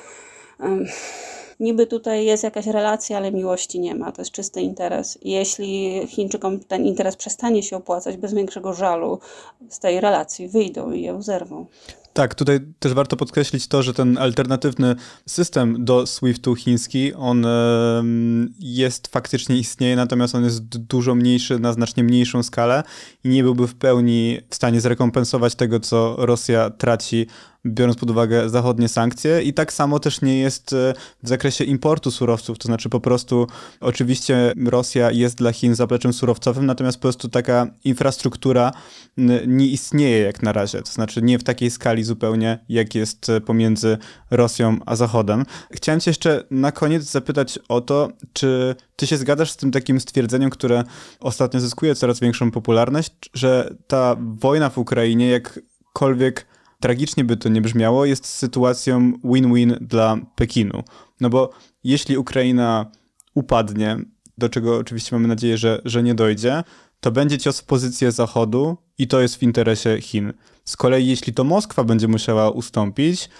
S2: niby tutaj jest jakaś relacja, ale miłości nie ma. To jest czysty interes. I jeśli Chińczykom ten interes przestanie się opłacać, bez większego żalu z tej relacji wyjdą i ją zerwą.
S1: Tak, tutaj też warto podkreślić to, że ten alternatywny system do SWIFT-u chiński, on faktycznie istnieje, natomiast on jest dużo mniejszy, na znacznie mniejszą skalę i nie byłby w pełni w stanie zrekompensować tego, co Rosja traci, biorąc pod uwagę zachodnie sankcje. I tak samo też nie jest w zakresie importu surowców, to znaczy po prostu oczywiście Rosja jest dla Chin zapleczem surowcowym, natomiast po prostu taka infrastruktura nie istnieje jak na razie, to znaczy nie w takiej skali zupełnie, jak jest pomiędzy Rosją a Zachodem. Chciałem cię jeszcze na koniec zapytać o to, czy ty się zgadzasz z tym takim stwierdzeniem, które ostatnio zyskuje coraz większą popularność, że ta wojna w Ukrainie, jakkolwiek tragicznie by to nie brzmiało, jest sytuacją win-win dla Pekinu. No bo jeśli Ukraina upadnie, do czego oczywiście mamy nadzieję, że nie dojdzie, to będzie cios w pozycję Zachodu i to jest w interesie Chin. Z kolei jeśli to Moskwa będzie musiała ustąpić,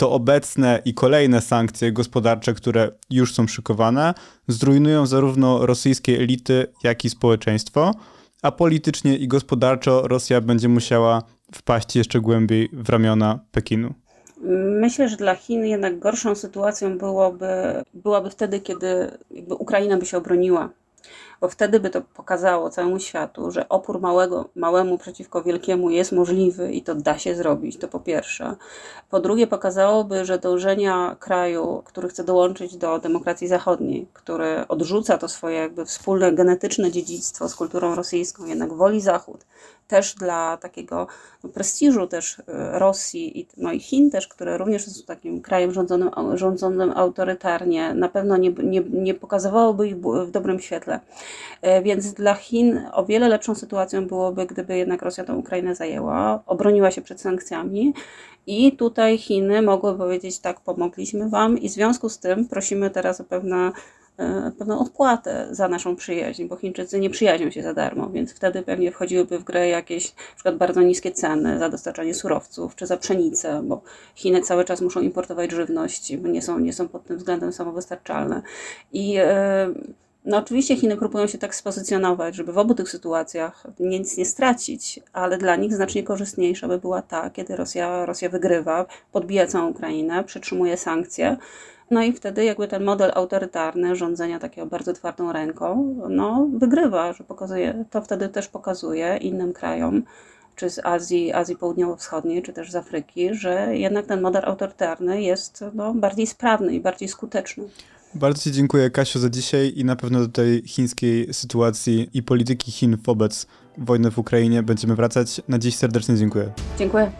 S1: to obecne i kolejne sankcje gospodarcze, które już są szykowane, zrujnują zarówno rosyjskie elity, jak i społeczeństwo, a politycznie i gospodarczo Rosja będzie musiała wpaść jeszcze głębiej w ramiona Pekinu.
S2: Myślę, że dla Chin jednak gorszą sytuacją byłaby wtedy, kiedy jakby Ukraina by się obroniła. Bo wtedy by to pokazało całemu światu, że opór małemu przeciwko wielkiemu jest możliwy i to da się zrobić, to po pierwsze. Po drugie pokazałoby, że dążenia kraju, który chce dołączyć do demokracji zachodniej, który odrzuca to swoje jakby wspólne genetyczne dziedzictwo z kulturą rosyjską, jednak woli Zachód, też dla takiego prestiżu też Rosji i Chin też, które również są takim krajem rządzonym autorytarnie, na pewno nie pokazywałoby ich w dobrym świetle. Więc dla Chin o wiele lepszą sytuacją byłoby, gdyby jednak Rosja tę Ukrainę zajęła, obroniła się przed sankcjami i tutaj Chiny mogły powiedzieć: tak, pomogliśmy wam i w związku z tym prosimy teraz o pewną odpłatę za naszą przyjaźń, bo Chińczycy nie przyjaźnią się za darmo, więc wtedy pewnie wchodziłyby w grę jakieś na przykład bardzo niskie ceny za dostarczanie surowców czy za pszenicę, bo Chiny cały czas muszą importować żywność, bo nie są pod tym względem samowystarczalne. I oczywiście Chiny próbują się tak spozycjonować, żeby w obu tych sytuacjach nic nie stracić, ale dla nich znacznie korzystniejsza by była ta, kiedy Rosja wygrywa, podbija całą Ukrainę, przytrzymuje sankcje. No i wtedy jakby ten model autorytarny rządzenia takiego bardzo twardą ręką, wygrywa, że to wtedy też pokazuje innym krajom, czy z Azji Południowo-Wschodniej, czy też z Afryki, że jednak ten model autorytarny jest bardziej sprawny i bardziej skuteczny.
S1: Bardzo Ci dziękuję, Kasiu, za dzisiaj i na pewno do tej chińskiej sytuacji i polityki Chin wobec wojny w Ukrainie będziemy wracać. Na dziś serdecznie dziękuję.
S2: Dziękuję.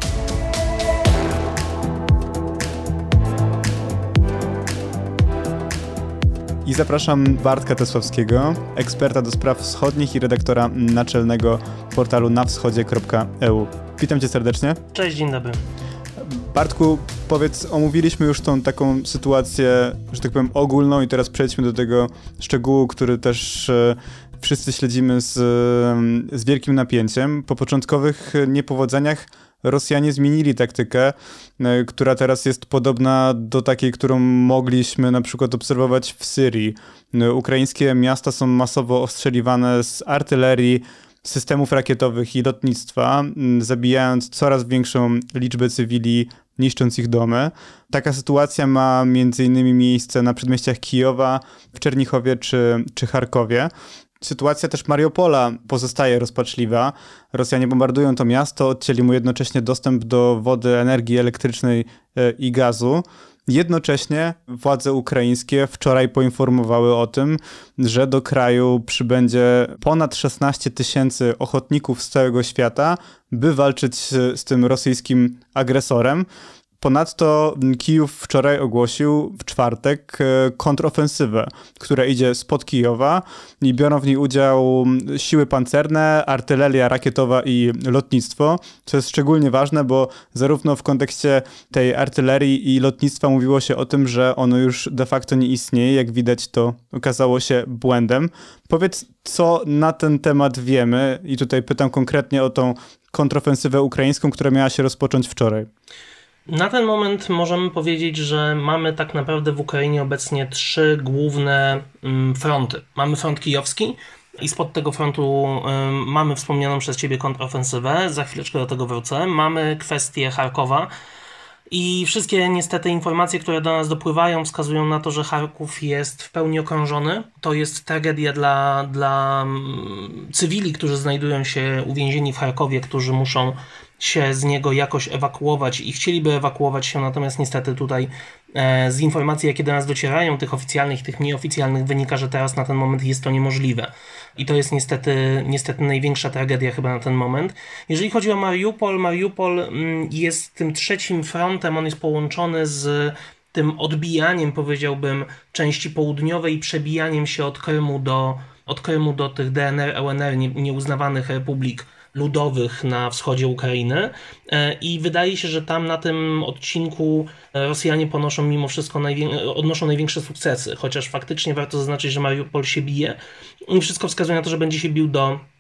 S1: I zapraszam Bartka Tesławskiego, eksperta do spraw wschodnich i redaktora naczelnego portalu nawschodzie.eu. Witam Cię serdecznie.
S4: Cześć, dzień dobry.
S1: Bartku, powiedz, omówiliśmy już tą taką sytuację, że tak powiem, ogólną i teraz przejdźmy do tego szczegółu, który też wszyscy śledzimy z wielkim napięciem. Po początkowych niepowodzeniach Rosjanie zmienili taktykę, która teraz jest podobna do takiej, którą mogliśmy na przykład obserwować w Syrii. Ukraińskie miasta są masowo ostrzeliwane z artylerii, systemów rakietowych i lotnictwa, zabijając coraz większą liczbę cywili, niszcząc ich domy. Taka sytuacja ma m.in. miejsce na przedmieściach Kijowa, w Czernichowie czy Charkowie. Sytuacja też Mariupola pozostaje rozpaczliwa. Rosjanie bombardują to miasto, odcięli mu jednocześnie dostęp do wody, energii elektrycznej i gazu. Jednocześnie władze ukraińskie wczoraj poinformowały o tym, że do kraju przybędzie ponad 16 000 ochotników z całego świata, by walczyć z tym rosyjskim agresorem. Ponadto Kijów wczoraj ogłosił w czwartek kontrofensywę, która idzie spod Kijowa i biorą w niej udział siły pancerne, artyleria rakietowa i lotnictwo, co jest szczególnie ważne, bo zarówno w kontekście tej artylerii i lotnictwa mówiło się o tym, że ono już de facto nie istnieje. Jak widać, to okazało się błędem. Powiedz, co na ten temat wiemy i tutaj pytam konkretnie o tą kontrofensywę ukraińską, która miała się rozpocząć wczoraj.
S4: Na ten moment możemy powiedzieć, że mamy tak naprawdę w Ukrainie obecnie 3 główne fronty. Mamy front kijowski i spod tego frontu mamy wspomnianą przez Ciebie kontrofensywę, za chwileczkę do tego wrócę. Mamy kwestię Charkowa i wszystkie niestety informacje, które do nas dopływają, wskazują na to, że Charków jest w pełni okrążony. To jest tragedia dla cywili, którzy znajdują się uwięzieni w Charkowie, którzy muszą się z niego jakoś ewakuować i chcieliby ewakuować się, natomiast niestety tutaj z informacji, jakie do nas docierają, tych oficjalnych, tych nieoficjalnych, wynika, że teraz na ten moment jest to niemożliwe. I to jest niestety największa tragedia chyba na ten moment. Jeżeli chodzi o Mariupol jest tym trzecim frontem, on jest połączony z tym odbijaniem, powiedziałbym, części południowej i przebijaniem się od Krymu do tych DNR, LNR, nieuznawanych republik ludowych na wschodzie Ukrainy i wydaje się, że tam na tym odcinku Rosjanie ponoszą mimo wszystko odnoszą największe sukcesy, chociaż faktycznie warto zaznaczyć, że Mariupol się bije i wszystko wskazuje na to, że będzie się bił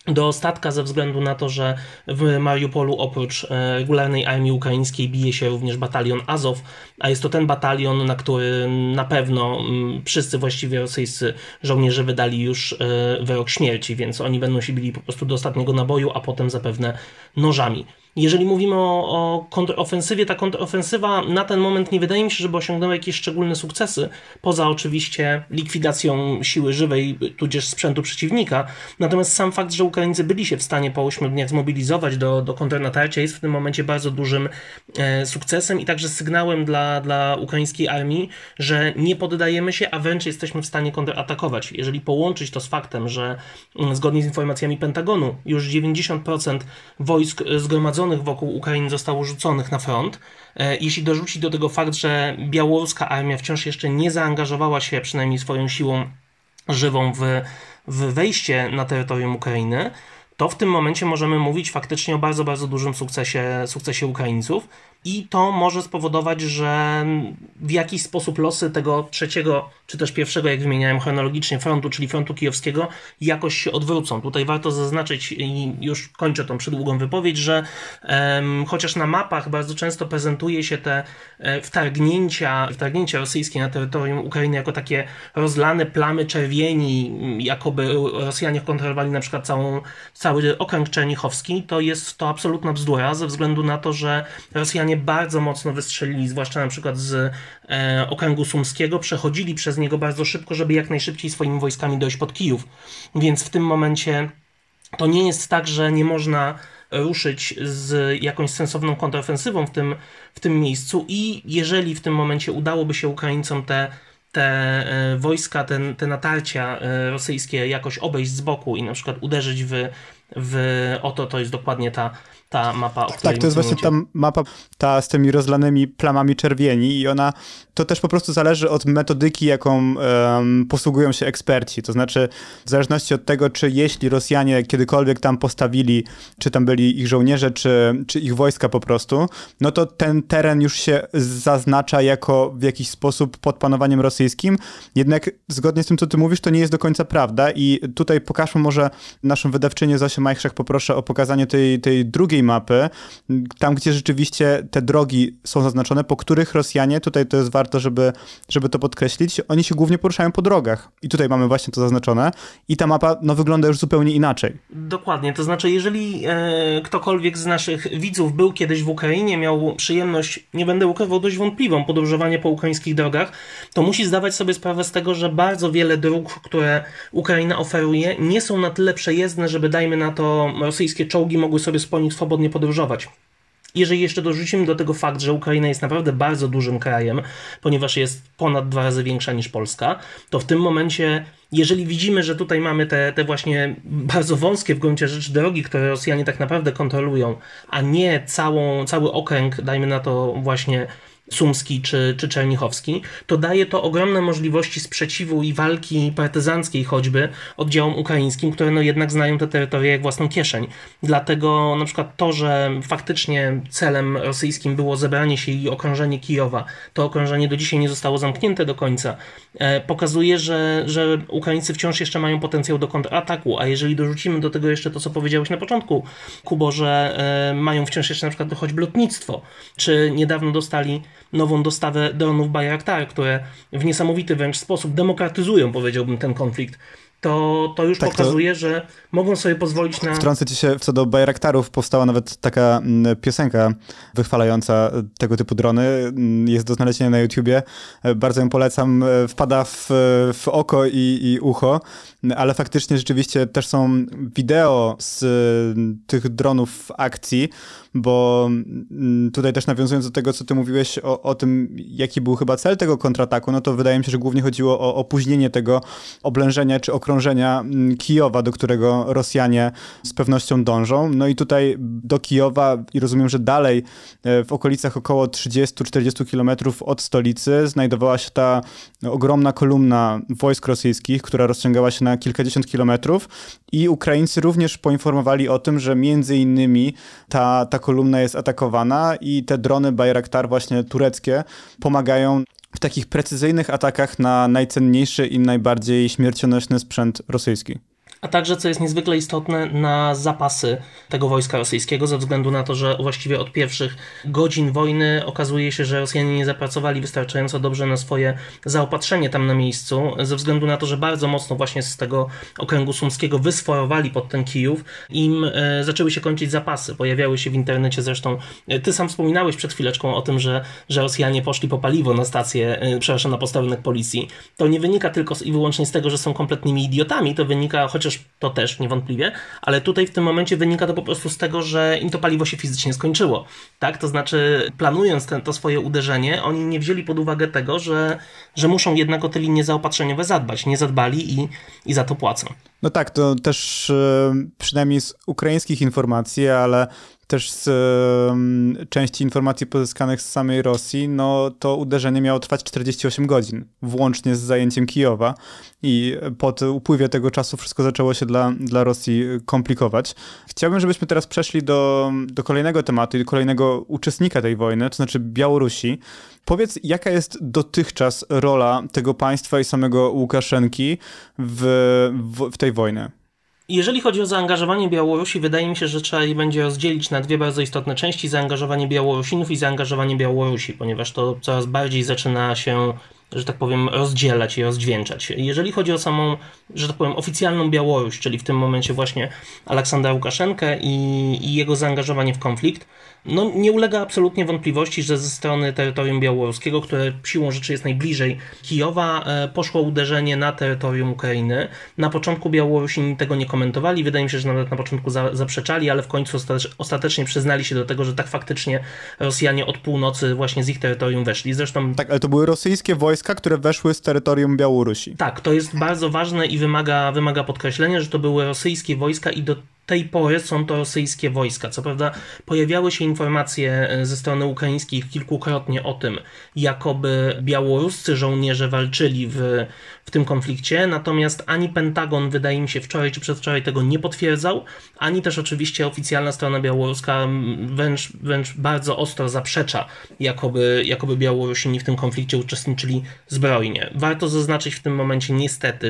S4: do ostatka ze względu na to, że w Mariupolu oprócz regularnej armii ukraińskiej bije się również batalion Azow, a jest to ten batalion, na który na pewno wszyscy właściwie rosyjscy żołnierze wydali już wyrok śmierci, więc oni będą się bili po prostu do ostatniego naboju, a potem zapewne nożami. Jeżeli mówimy o kontrofensywie, ta kontrofensywa na ten moment nie wydaje mi się, żeby osiągnęła jakieś szczególne sukcesy, poza oczywiście likwidacją siły żywej, tudzież sprzętu przeciwnika. Natomiast sam fakt, że Ukraińcy byli się w stanie po 8 dniach zmobilizować do kontrnatarcia, jest w tym momencie bardzo dużym sukcesem i także sygnałem dla ukraińskiej armii, że nie poddajemy się, a wręcz jesteśmy w stanie kontratakować. Jeżeli połączyć to z faktem, że zgodnie z informacjami Pentagonu już 90% wojsk zgromadzonych wokół Ukrainy zostało rzuconych na front. Jeśli dorzucić do tego fakt, że białoruska armia wciąż jeszcze nie zaangażowała się przynajmniej swoją siłą żywą w wejście na terytorium Ukrainy, to w tym momencie możemy mówić faktycznie o bardzo, bardzo dużym sukcesie Ukraińców i to może spowodować, że w jakiś sposób losy tego trzeciego, czy też pierwszego, jak wymieniałem chronologicznie, frontu, czyli frontu kijowskiego, jakoś się odwrócą. Tutaj warto zaznaczyć, i już kończę tą przydługą wypowiedź, że chociaż na mapach bardzo często prezentuje się te wtargnięcia rosyjskie na terytorium Ukrainy jako takie rozlane plamy czerwieni, jakoby Rosjanie kontrolowali na przykład cały okręg czernichowski, to jest to absolutna bzdura, ze względu na to, że Rosjanie bardzo mocno wystrzelili, zwłaszcza na przykład z okręgu sumskiego, przechodzili przez niego bardzo szybko, żeby jak najszybciej swoimi wojskami dojść pod Kijów. Więc w tym momencie to nie jest tak, że nie można ruszyć z jakąś sensowną kontrofensywą w tym miejscu i jeżeli w tym momencie udałoby się Ukraińcom te wojska, te natarcia rosyjskie jakoś obejść z boku i na przykład uderzyć to jest dokładnie ta mapa, o której
S1: tak, to jest właśnie ta mapa z tymi rozlanymi plamami czerwieni i to też po prostu zależy od metodyki, jaką posługują się eksperci. To znaczy, w zależności od tego, czy jeśli Rosjanie kiedykolwiek tam postawili, czy tam byli ich żołnierze, czy ich wojska po prostu, no to ten teren już się zaznacza jako w jakiś sposób pod panowaniem rosyjskim. Jednak zgodnie z tym, co ty mówisz, to nie jest do końca prawda i tutaj pokażmy może naszą wydawczynię Zosię Majchrzak, poproszę o pokazanie tej drugiej mapy, tam gdzie rzeczywiście te drogi są zaznaczone, po których Rosjanie, tutaj to jest warto, żeby to podkreślić, oni się głównie poruszają po drogach. I tutaj mamy właśnie to zaznaczone i ta mapa wygląda już zupełnie inaczej.
S4: Dokładnie, to znaczy jeżeli ktokolwiek z naszych widzów był kiedyś w Ukrainie, miał przyjemność, nie będę ukrywał, dość wątpliwą podróżowanie po ukraińskich drogach, to musi zdawać sobie sprawę z tego, że bardzo wiele dróg, które Ukraina oferuje, nie są na tyle przejezdne, żeby dajmy na to rosyjskie czołgi mogły sobie po nich swobodnie podróżować. Jeżeli jeszcze dorzucimy do tego fakt, że Ukraina jest naprawdę bardzo dużym krajem, ponieważ jest ponad 2 razy większa niż Polska, to w tym momencie, jeżeli widzimy, że tutaj mamy te właśnie bardzo wąskie w gruncie rzeczy drogi, które Rosjanie tak naprawdę kontrolują, a nie cały okręg, dajmy na to właśnie sumski czy czernichowski, to daje to ogromne możliwości sprzeciwu i walki partyzanckiej choćby oddziałom ukraińskim, które jednak znają te terytoria jak własną kieszeń. Dlatego na przykład to, że faktycznie celem rosyjskim było zebranie się i okrążenie Kijowa, to okrążenie do dzisiaj nie zostało zamknięte do końca, pokazuje, że Ukraińcy wciąż jeszcze mają potencjał do kontrataku, a jeżeli dorzucimy do tego jeszcze to, co powiedziałeś na początku, Kubo, że mają wciąż jeszcze na przykład choćby lotnictwo, czy niedawno dostali nową dostawę dronów Bayraktar, które w niesamowity wręcz sposób demokratyzują, powiedziałbym, ten konflikt, to już tak, pokazuje, że mogą sobie pozwolić na...
S1: Wtrącę ci się, co do Bayraktarów, powstała nawet taka piosenka wychwalająca tego typu drony. Jest do znalezienia na YouTubie. Bardzo ją polecam. Wpada w oko i ucho, ale faktycznie rzeczywiście też są wideo z tych dronów w akcji, bo tutaj też nawiązując do tego, co ty mówiłeś o tym, jaki był chyba cel tego kontrataku, no to wydaje mi się, że głównie chodziło o opóźnienie tego oblężenia czy okrążenia Kijowa, do którego Rosjanie z pewnością dążą. No i tutaj do Kijowa i rozumiem, że dalej w okolicach około 30-40 kilometrów od stolicy znajdowała się ta ogromna kolumna wojsk rosyjskich, która rozciągała się na kilkadziesiąt kilometrów i Ukraińcy również poinformowali o tym, że między innymi ta kolumna jest atakowana i te drony Bayraktar właśnie tureckie pomagają w takich precyzyjnych atakach na najcenniejszy i najbardziej śmiercionośny sprzęt rosyjski.
S4: a także, co jest niezwykle istotne, na zapasy tego wojska rosyjskiego, ze względu na to, że właściwie od pierwszych godzin wojny okazuje się, że Rosjanie nie zapracowali wystarczająco dobrze na swoje zaopatrzenie tam na miejscu, ze względu na to, że bardzo mocno właśnie z tego okręgu sumskiego wysforowali pod ten Kijów, im zaczęły się kończyć zapasy. Pojawiały się w internecie zresztą, ty sam wspominałeś przed chwileczką o tym, że Rosjanie poszli po paliwo na stację, przepraszam, na posterunek policji. To nie wynika tylko i wyłącznie z tego, że są kompletnymi idiotami, to wynika, chociaż to też niewątpliwie, ale tutaj w tym momencie wynika to po prostu z tego, że im to paliwo się fizycznie skończyło. Tak? To znaczy, planując to swoje uderzenie, oni nie wzięli pod uwagę tego, że muszą jednak o te linie zaopatrzeniowe zadbać. Nie zadbali i za to płacą.
S1: No tak, to też przynajmniej z ukraińskich informacji, ale też z części informacji pozyskanych z samej Rosji, no to uderzenie miało trwać 48 godzin, włącznie z zajęciem Kijowa i po upływie tego czasu wszystko zaczęło się dla Rosji komplikować. Chciałbym, żebyśmy teraz przeszli do kolejnego tematu i do kolejnego uczestnika tej wojny, to znaczy Białorusi. Powiedz, jaka jest dotychczas rola tego państwa i samego Łukaszenki w tej wojnie?
S4: Jeżeli chodzi o zaangażowanie Białorusi, wydaje mi się, że trzeba je będzie rozdzielić na dwie bardzo istotne części: zaangażowanie Białorusinów i zaangażowanie Białorusi, ponieważ to coraz bardziej zaczyna się, że tak powiem, rozdzielać i rozdźwięczać. Jeżeli chodzi o samą, że tak powiem, oficjalną Białoruś, czyli w tym momencie właśnie Aleksandra Łukaszenkę i jego zaangażowanie w konflikt, no nie ulega absolutnie wątpliwości, że ze strony terytorium białoruskiego, które siłą rzeczy jest najbliżej Kijowa, poszło uderzenie na terytorium Ukrainy. Na początku Białorusini tego nie komentowali, wydaje mi się, że nawet na początku zaprzeczali, ale w końcu ostatecznie przyznali się do tego, że tak faktycznie Rosjanie od północy właśnie z ich terytorium weszli. Zresztą
S1: tak, ale to były rosyjskie wojska, które weszły z terytorium Białorusi.
S4: Tak, to jest bardzo ważne i wymaga podkreślenia, że to były rosyjskie wojska i do tej pory są to rosyjskie wojska. Co prawda pojawiały się informacje ze strony ukraińskiej kilkukrotnie o tym, jakoby białoruscy żołnierze walczyli w tym konflikcie, natomiast ani Pentagon, wydaje mi się, wczoraj czy przedwczoraj tego nie potwierdzał, ani też oczywiście oficjalna strona białoruska wręcz bardzo ostro zaprzecza, jakoby Białorusini w tym konflikcie uczestniczyli zbrojnie. Warto zaznaczyć w tym momencie niestety,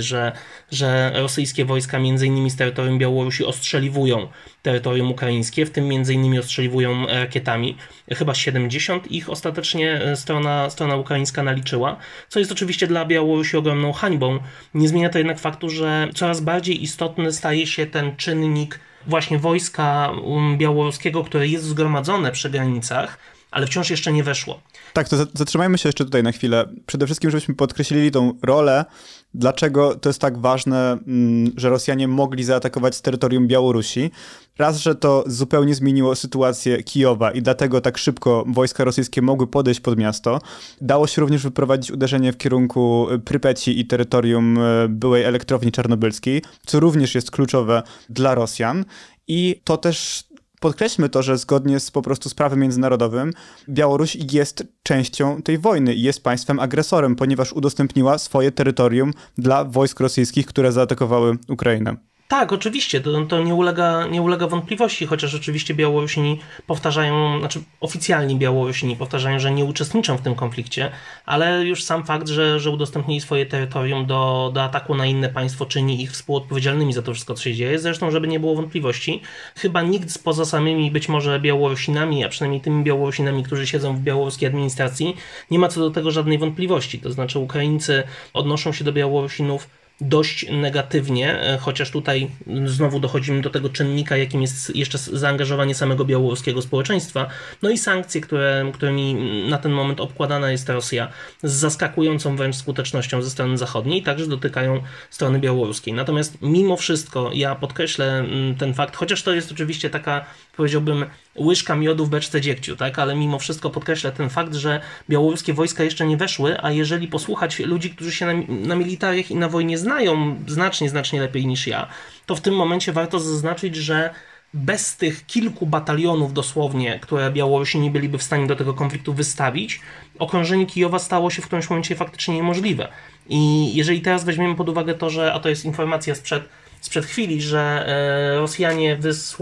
S4: że rosyjskie wojska między innymi z terytorium Białorusi ostrzeliwują terytorium ukraińskie, w tym między innymi ostrzeliwują rakietami. Chyba 70 ich ostatecznie strona ukraińska naliczyła, co jest oczywiście dla Białorusi ogromną hańbą. Nie zmienia to jednak faktu, że coraz bardziej istotny staje się ten czynnik właśnie wojska białoruskiego, które jest zgromadzone przy granicach, ale wciąż jeszcze nie weszło.
S1: Tak, to zatrzymajmy się jeszcze tutaj na chwilę. Przede wszystkim, żebyśmy podkreślili tą rolę, dlaczego to jest tak ważne, że Rosjanie mogli zaatakować z terytorium Białorusi. Raz, że to zupełnie zmieniło sytuację Kijowa i dlatego tak szybko wojska rosyjskie mogły podejść pod miasto. Dało się również wyprowadzić uderzenie w kierunku Prypeci i terytorium byłej elektrowni czarnobylskiej, co również jest kluczowe dla Rosjan. I to też podkreślmy to, że zgodnie z po prostu z prawem międzynarodowym Białoruś jest częścią tej wojny i jest państwem agresorem, ponieważ udostępniła swoje terytorium dla wojsk rosyjskich, które zaatakowały Ukrainę.
S4: Tak, oczywiście, to nie ulega wątpliwości, chociaż oczywiście Białorusini powtarzają, znaczy oficjalni Białorusini powtarzają, że nie uczestniczą w tym konflikcie, ale już sam fakt, że udostępnili swoje terytorium do ataku na inne państwo, czyni ich współodpowiedzialnymi za to wszystko, co się dzieje. Zresztą, żeby nie było wątpliwości, chyba nikt poza samymi być może Białorusinami, a przynajmniej tymi Białorusinami, którzy siedzą w białoruskiej administracji, nie ma co do tego żadnej wątpliwości. To znaczy Ukraińcy odnoszą się do Białorusinów dość negatywnie, chociaż tutaj znowu dochodzimy do tego czynnika, jakim jest jeszcze zaangażowanie samego białoruskiego społeczeństwa, no i sankcje, którymi na ten moment obkładana jest Rosja z zaskakującą wręcz skutecznością ze strony zachodniej, także dotykają strony białoruskiej. Natomiast mimo wszystko ja podkreślę ten fakt, chociaż to jest oczywiście taka, powiedziałbym, łyżka miodu w beczce dziegciu, tak? Ale mimo wszystko podkreślę ten fakt, że białoruskie wojska jeszcze nie weszły, a jeżeli posłuchać ludzi, którzy się na militariach i na wojnie znają znacznie lepiej niż ja, to w tym momencie warto zaznaczyć, że bez tych kilku batalionów dosłownie, które Białorusini byliby w stanie do tego konfliktu wystawić, okrążenie Kijowa stało się w którymś momencie faktycznie niemożliwe. I jeżeli teraz weźmiemy pod uwagę to, że, a to jest informacja sprzed chwili, że Rosjanie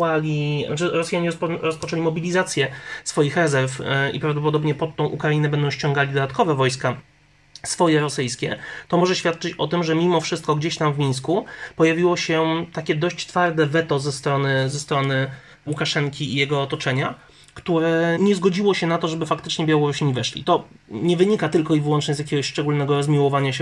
S4: rozpoczęli mobilizację swoich rezerw i prawdopodobnie pod tą Ukrainę będą ściągali dodatkowe wojska swoje rosyjskie, to może świadczyć o tym, że mimo wszystko gdzieś tam w Mińsku pojawiło się takie dość twarde weto ze strony Łukaszenki i jego otoczenia, które nie zgodziło się na to, żeby faktycznie Białorusini weszli. To nie wynika tylko i wyłącznie z jakiegoś szczególnego rozmiłowania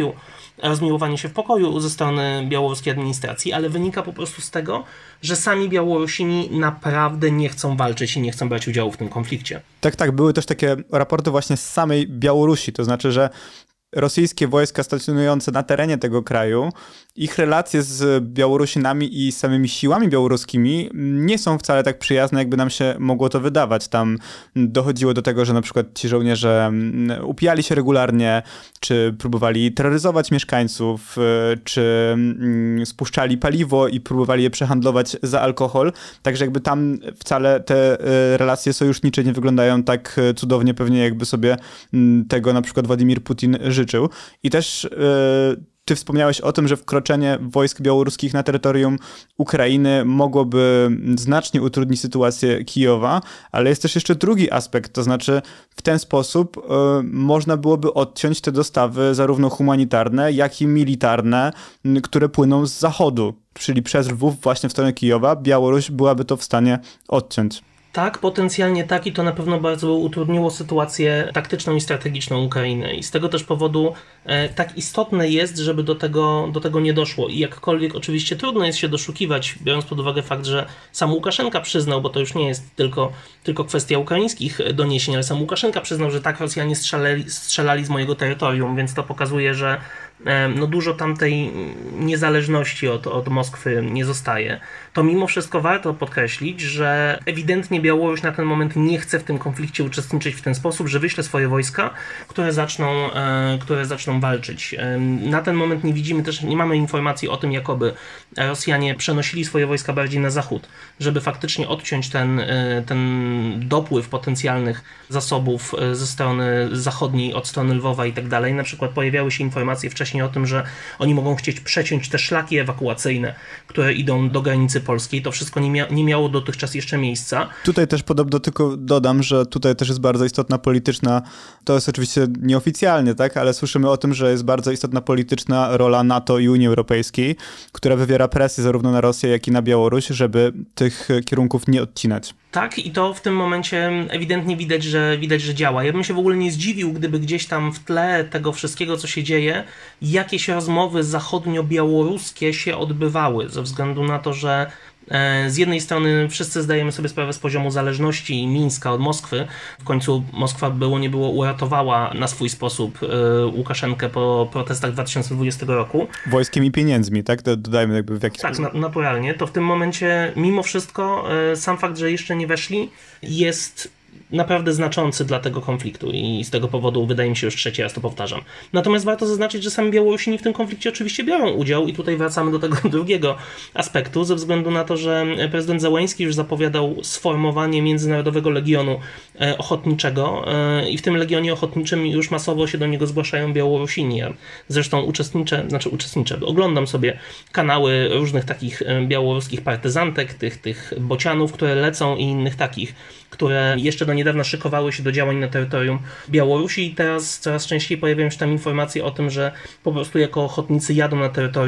S4: się w pokoju ze strony białoruskiej administracji, ale wynika po prostu z tego, że sami Białorusini naprawdę nie chcą walczyć i nie chcą brać udziału w tym konflikcie.
S1: Tak, były też takie raporty właśnie z samej Białorusi, to znaczy, że rosyjskie wojska stacjonujące na terenie tego kraju, ich relacje z Białorusinami i samymi siłami białoruskimi nie są wcale tak przyjazne, jakby nam się mogło to wydawać. Tam dochodziło do tego, że na przykład ci żołnierze upijali się regularnie, czy próbowali terroryzować mieszkańców, czy spuszczali paliwo i próbowali je przehandlować za alkohol. Także jakby tam wcale te relacje sojusznicze nie wyglądają tak cudownie pewnie, jakby sobie tego na przykład Władimir Putin życzył. I też ty wspomniałeś o tym, że wkroczenie wojsk białoruskich na terytorium Ukrainy mogłoby znacznie utrudnić sytuację Kijowa, ale jest też jeszcze drugi aspekt, to znaczy w ten sposób można byłoby odciąć te dostawy zarówno humanitarne, jak i militarne, które płyną z zachodu, czyli przez Lwów właśnie w stronę Kijowa. Białoruś byłaby to w stanie odciąć.
S4: Tak, potencjalnie tak i to na pewno bardzo utrudniło sytuację taktyczną i strategiczną Ukrainy i z tego też powodu tak istotne jest, żeby do tego nie doszło i jakkolwiek oczywiście trudno jest się doszukiwać, biorąc pod uwagę fakt, że sam Łukaszenka przyznał, bo to już nie jest tylko kwestia ukraińskich doniesień, ale sam Łukaszenka przyznał, że tak Rosjanie strzelali z mojego terytorium, więc to pokazuje, że dużo tamtej niezależności od Moskwy nie zostaje. To mimo wszystko warto podkreślić, że ewidentnie Białoruś na ten moment nie chce w tym konflikcie uczestniczyć w ten sposób, że wyśle swoje wojska, które zaczną walczyć. Na ten moment nie widzimy też, nie mamy informacji o tym, jakoby Rosjanie przenosili swoje wojska bardziej na zachód, żeby faktycznie odciąć ten dopływ potencjalnych zasobów ze strony zachodniej, od strony Lwowa i tak dalej. Na przykład pojawiały się informacje wcześniej o tym, że oni mogą chcieć przeciąć te szlaki ewakuacyjne, które idą do granicy polskiej. To wszystko nie miało dotychczas jeszcze miejsca.
S1: Tutaj też podobno tylko dodam, że tutaj też jest bardzo istotna polityczna, to jest oczywiście nieoficjalnie, tak, ale słyszymy o tym, że jest bardzo istotna polityczna rola NATO i Unii Europejskiej, która wywiera presję zarówno na Rosję, jak i na Białoruś, żeby tych kierunków nie odcinać.
S4: Tak, i to w tym momencie ewidentnie widać, że działa. Ja bym się w ogóle nie zdziwił, gdyby gdzieś tam w tle tego wszystkiego, co się dzieje, jakieś rozmowy zachodnio-białoruskie się odbywały, ze względu na to, że z jednej strony wszyscy zdajemy sobie sprawę z poziomu zależności Mińska od Moskwy. W końcu Moskwa było nie było uratowała na swój sposób Łukaszenkę po protestach 2020 roku.
S1: Wojskiem i pieniędzmi, tak? Dodajmy jakby w jakiś sposób.
S4: Tak, naturalnie. To w tym momencie mimo wszystko sam fakt, że jeszcze nie weszli, jest naprawdę znaczący dla tego konfliktu i z tego powodu wydaje mi się, już trzeci raz to powtarzam. Natomiast warto zaznaczyć, że sami Białorusini w tym konflikcie oczywiście biorą udział i tutaj wracamy do tego drugiego aspektu, ze względu na to, że prezydent Zełenski już zapowiadał sformowanie Międzynarodowego Legionu Ochotniczego i w tym Legionie Ochotniczym już masowo się do niego zgłaszają Białorusini. Ja zresztą uczestniczę, oglądam sobie kanały różnych takich białoruskich partyzantek, tych bocianów, które lecą i innych takich, które jeszcze do niedawna szykowały się do działań na terytorium Białorusi i teraz coraz częściej pojawiają się tam informacje o tym, że po prostu jako ochotnicy jadą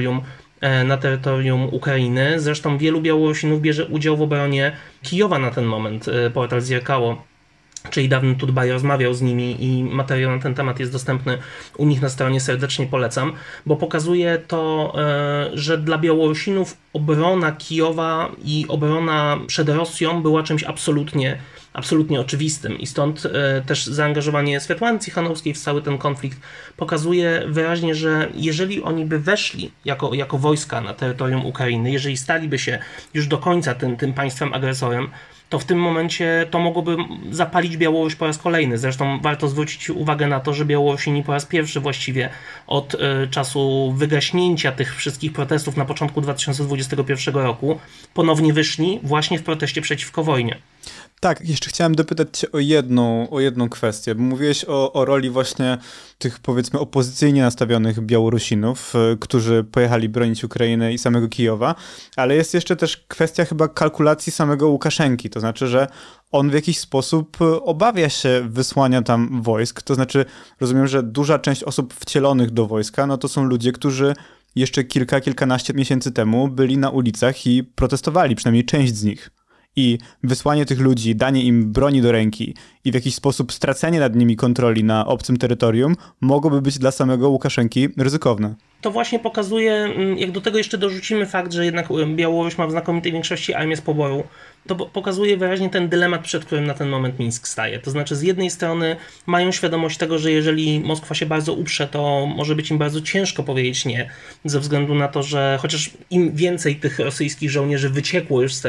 S4: na terytorium Ukrainy. Zresztą wielu Białorusinów bierze udział w obronie Kijowa na ten moment. Portal Zierkało, czyli dawny Tudbaj, rozmawiał z nimi i materiał na ten temat jest dostępny u nich na stronie, serdecznie polecam, bo pokazuje to, że dla Białorusinów obrona Kijowa i obrona przed Rosją była czymś absolutnie oczywistym i stąd też zaangażowanie Swiatłany Cichanouskiej w cały ten konflikt pokazuje wyraźnie, że jeżeli oni by weszli jako wojska na terytorium Ukrainy, jeżeli staliby się już do końca tym państwem agresorem, to w tym momencie to mogłoby zapalić Białoruś po raz kolejny. Zresztą warto zwrócić uwagę na to, że Białorusini po raz pierwszy właściwie od czasu wygaśnięcia tych wszystkich protestów na początku 2021 roku ponownie wyszli właśnie w proteście przeciwko wojnie.
S1: Tak, jeszcze chciałem dopytać cię o jedną kwestię, bo mówiłeś o roli właśnie tych, powiedzmy, opozycyjnie nastawionych Białorusinów, którzy pojechali bronić Ukrainy i samego Kijowa, ale jest jeszcze też kwestia chyba kalkulacji samego Łukaszenki, to znaczy, że on w jakiś sposób obawia się wysłania tam wojsk, to znaczy rozumiem, że duża część osób wcielonych do wojska, no to są ludzie, którzy jeszcze kilkanaście miesięcy temu byli na ulicach i protestowali, przynajmniej część z nich. I wysłanie tych ludzi, danie im broni do ręki i w jakiś sposób stracenie nad nimi kontroli na obcym terytorium mogłoby być dla samego Łukaszenki ryzykowne.
S4: To właśnie pokazuje, jak do tego jeszcze dorzucimy fakt, że jednak Białoruś ma w znakomitej większości armię z poboru, to pokazuje wyraźnie ten dylemat, przed którym na ten moment Mińsk staje. To znaczy z jednej strony mają świadomość tego, że jeżeli Moskwa się bardzo uprze, to może być im bardzo ciężko powiedzieć nie, ze względu na to, że chociaż im więcej tych rosyjskich żołnierzy wyciekło już z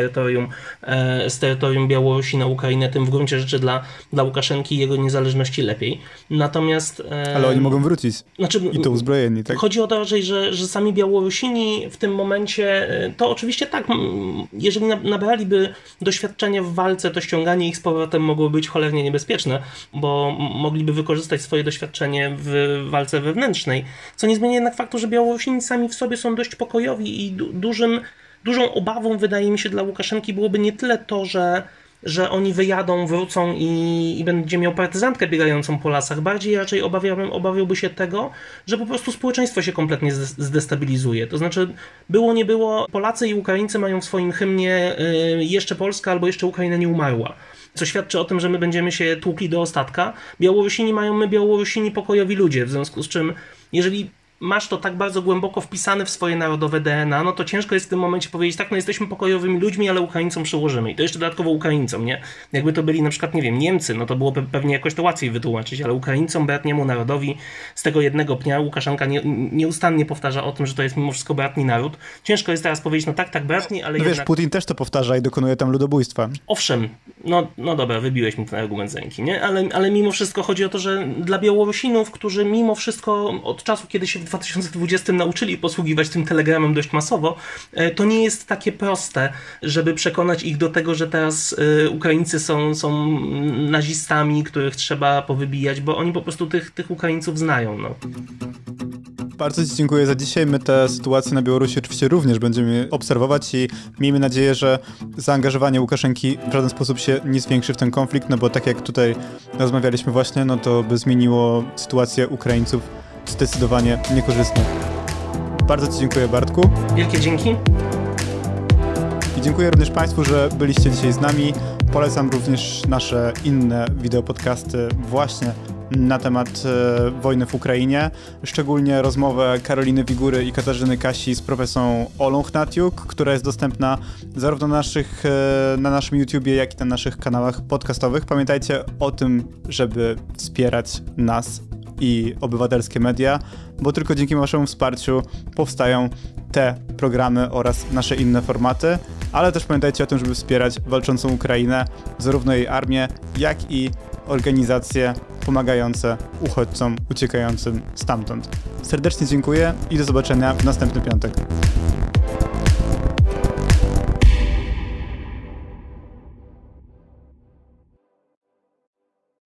S4: terytorium Białorusi na Ukrainę, tym w gruncie rzeczy dla Łukaszenki i jego niezależności lepiej. Natomiast...
S1: Ale oni mogą wrócić i to uzbrojeni, tak?
S4: Chodzi o to raczej, że sami Białorusini w tym momencie, to oczywiście tak, jeżeli nabraliby doświadczenia w walce, to ściąganie ich z powrotem mogłoby być cholernie niebezpieczne, bo mogliby wykorzystać swoje doświadczenie w walce wewnętrznej, co nie zmienia jednak faktu, że Białorusini sami w sobie są dość pokojowi i dużą obawą, wydaje mi się, dla Łukaszenki byłoby nie tyle to, że oni wyjadą, wrócą i będzie miał partyzantkę biegającą po lasach. Bardziej raczej obawiałby się tego, że po prostu społeczeństwo się kompletnie zdestabilizuje. To znaczy, było nie było, Polacy i Ukraińcy mają w swoim hymnie jeszcze Polska albo jeszcze Ukraina nie umarła. Co świadczy o tym, że my będziemy się tłukli do ostatka. Białorusini mają my, Białorusini, pokojowi ludzie. W związku z czym, jeżeli masz to tak bardzo głęboko wpisane w swoje narodowe DNA, no to ciężko jest w tym momencie powiedzieć, tak, no jesteśmy pokojowymi ludźmi, ale Ukraińcom przyłożymy. I to jeszcze dodatkowo Ukraińcom, nie? Jakby to byli na przykład, nie wiem, Niemcy, no to było pewnie jakoś to łatwiej wytłumaczyć, ale Ukraińcom, bratniemu narodowi z tego jednego pnia Łukaszenka nieustannie powtarza o tym, że to jest mimo wszystko bratni naród. Ciężko jest teraz powiedzieć, no tak, bratni, ale
S1: no
S4: jednak...
S1: wiesz, Putin też to powtarza i dokonuje tam ludobójstwa.
S4: Owszem, no dobra, wybiłeś mi ten argument z ręki, nie? Ale mimo wszystko chodzi o to, że dla Białorusinów, którzy mimo wszystko od czasu, kiedy się w 2020 nauczyli posługiwać tym telegramem dość masowo, to nie jest takie proste, żeby przekonać ich do tego, że teraz Ukraińcy są nazistami, których trzeba powybijać, bo oni po prostu tych Ukraińców znają. No.
S1: Bardzo Ci dziękuję za dzisiaj. My tę sytuację na Białorusi oczywiście również będziemy obserwować i miejmy nadzieję, że zaangażowanie Łukaszenki w żaden sposób się nie zwiększy w ten konflikt, no bo tak jak tutaj rozmawialiśmy właśnie, no to by zmieniło sytuację Ukraińców zdecydowanie niekorzystnie. Bardzo Ci dziękuję, Bartku.
S4: Wielkie dzięki.
S1: I dziękuję również Państwu, że byliście dzisiaj z nami. Polecam również nasze inne wideopodcasty właśnie na temat wojny w Ukrainie. Szczególnie rozmowę Karoliny Wigury i Katarzyny Kasi z profesorą Olą Hnatiuk, która jest dostępna zarówno na naszym YouTubie, jak i na naszych kanałach podcastowych. Pamiętajcie o tym, żeby wspierać nas i obywatelskie media, bo tylko dzięki waszemu wsparciu powstają te programy oraz nasze inne formaty, ale też pamiętajcie o tym, żeby wspierać walczącą Ukrainę, zarówno jej armię, jak i organizacje pomagające uchodźcom uciekającym stamtąd. Serdecznie dziękuję i do zobaczenia w następny piątek.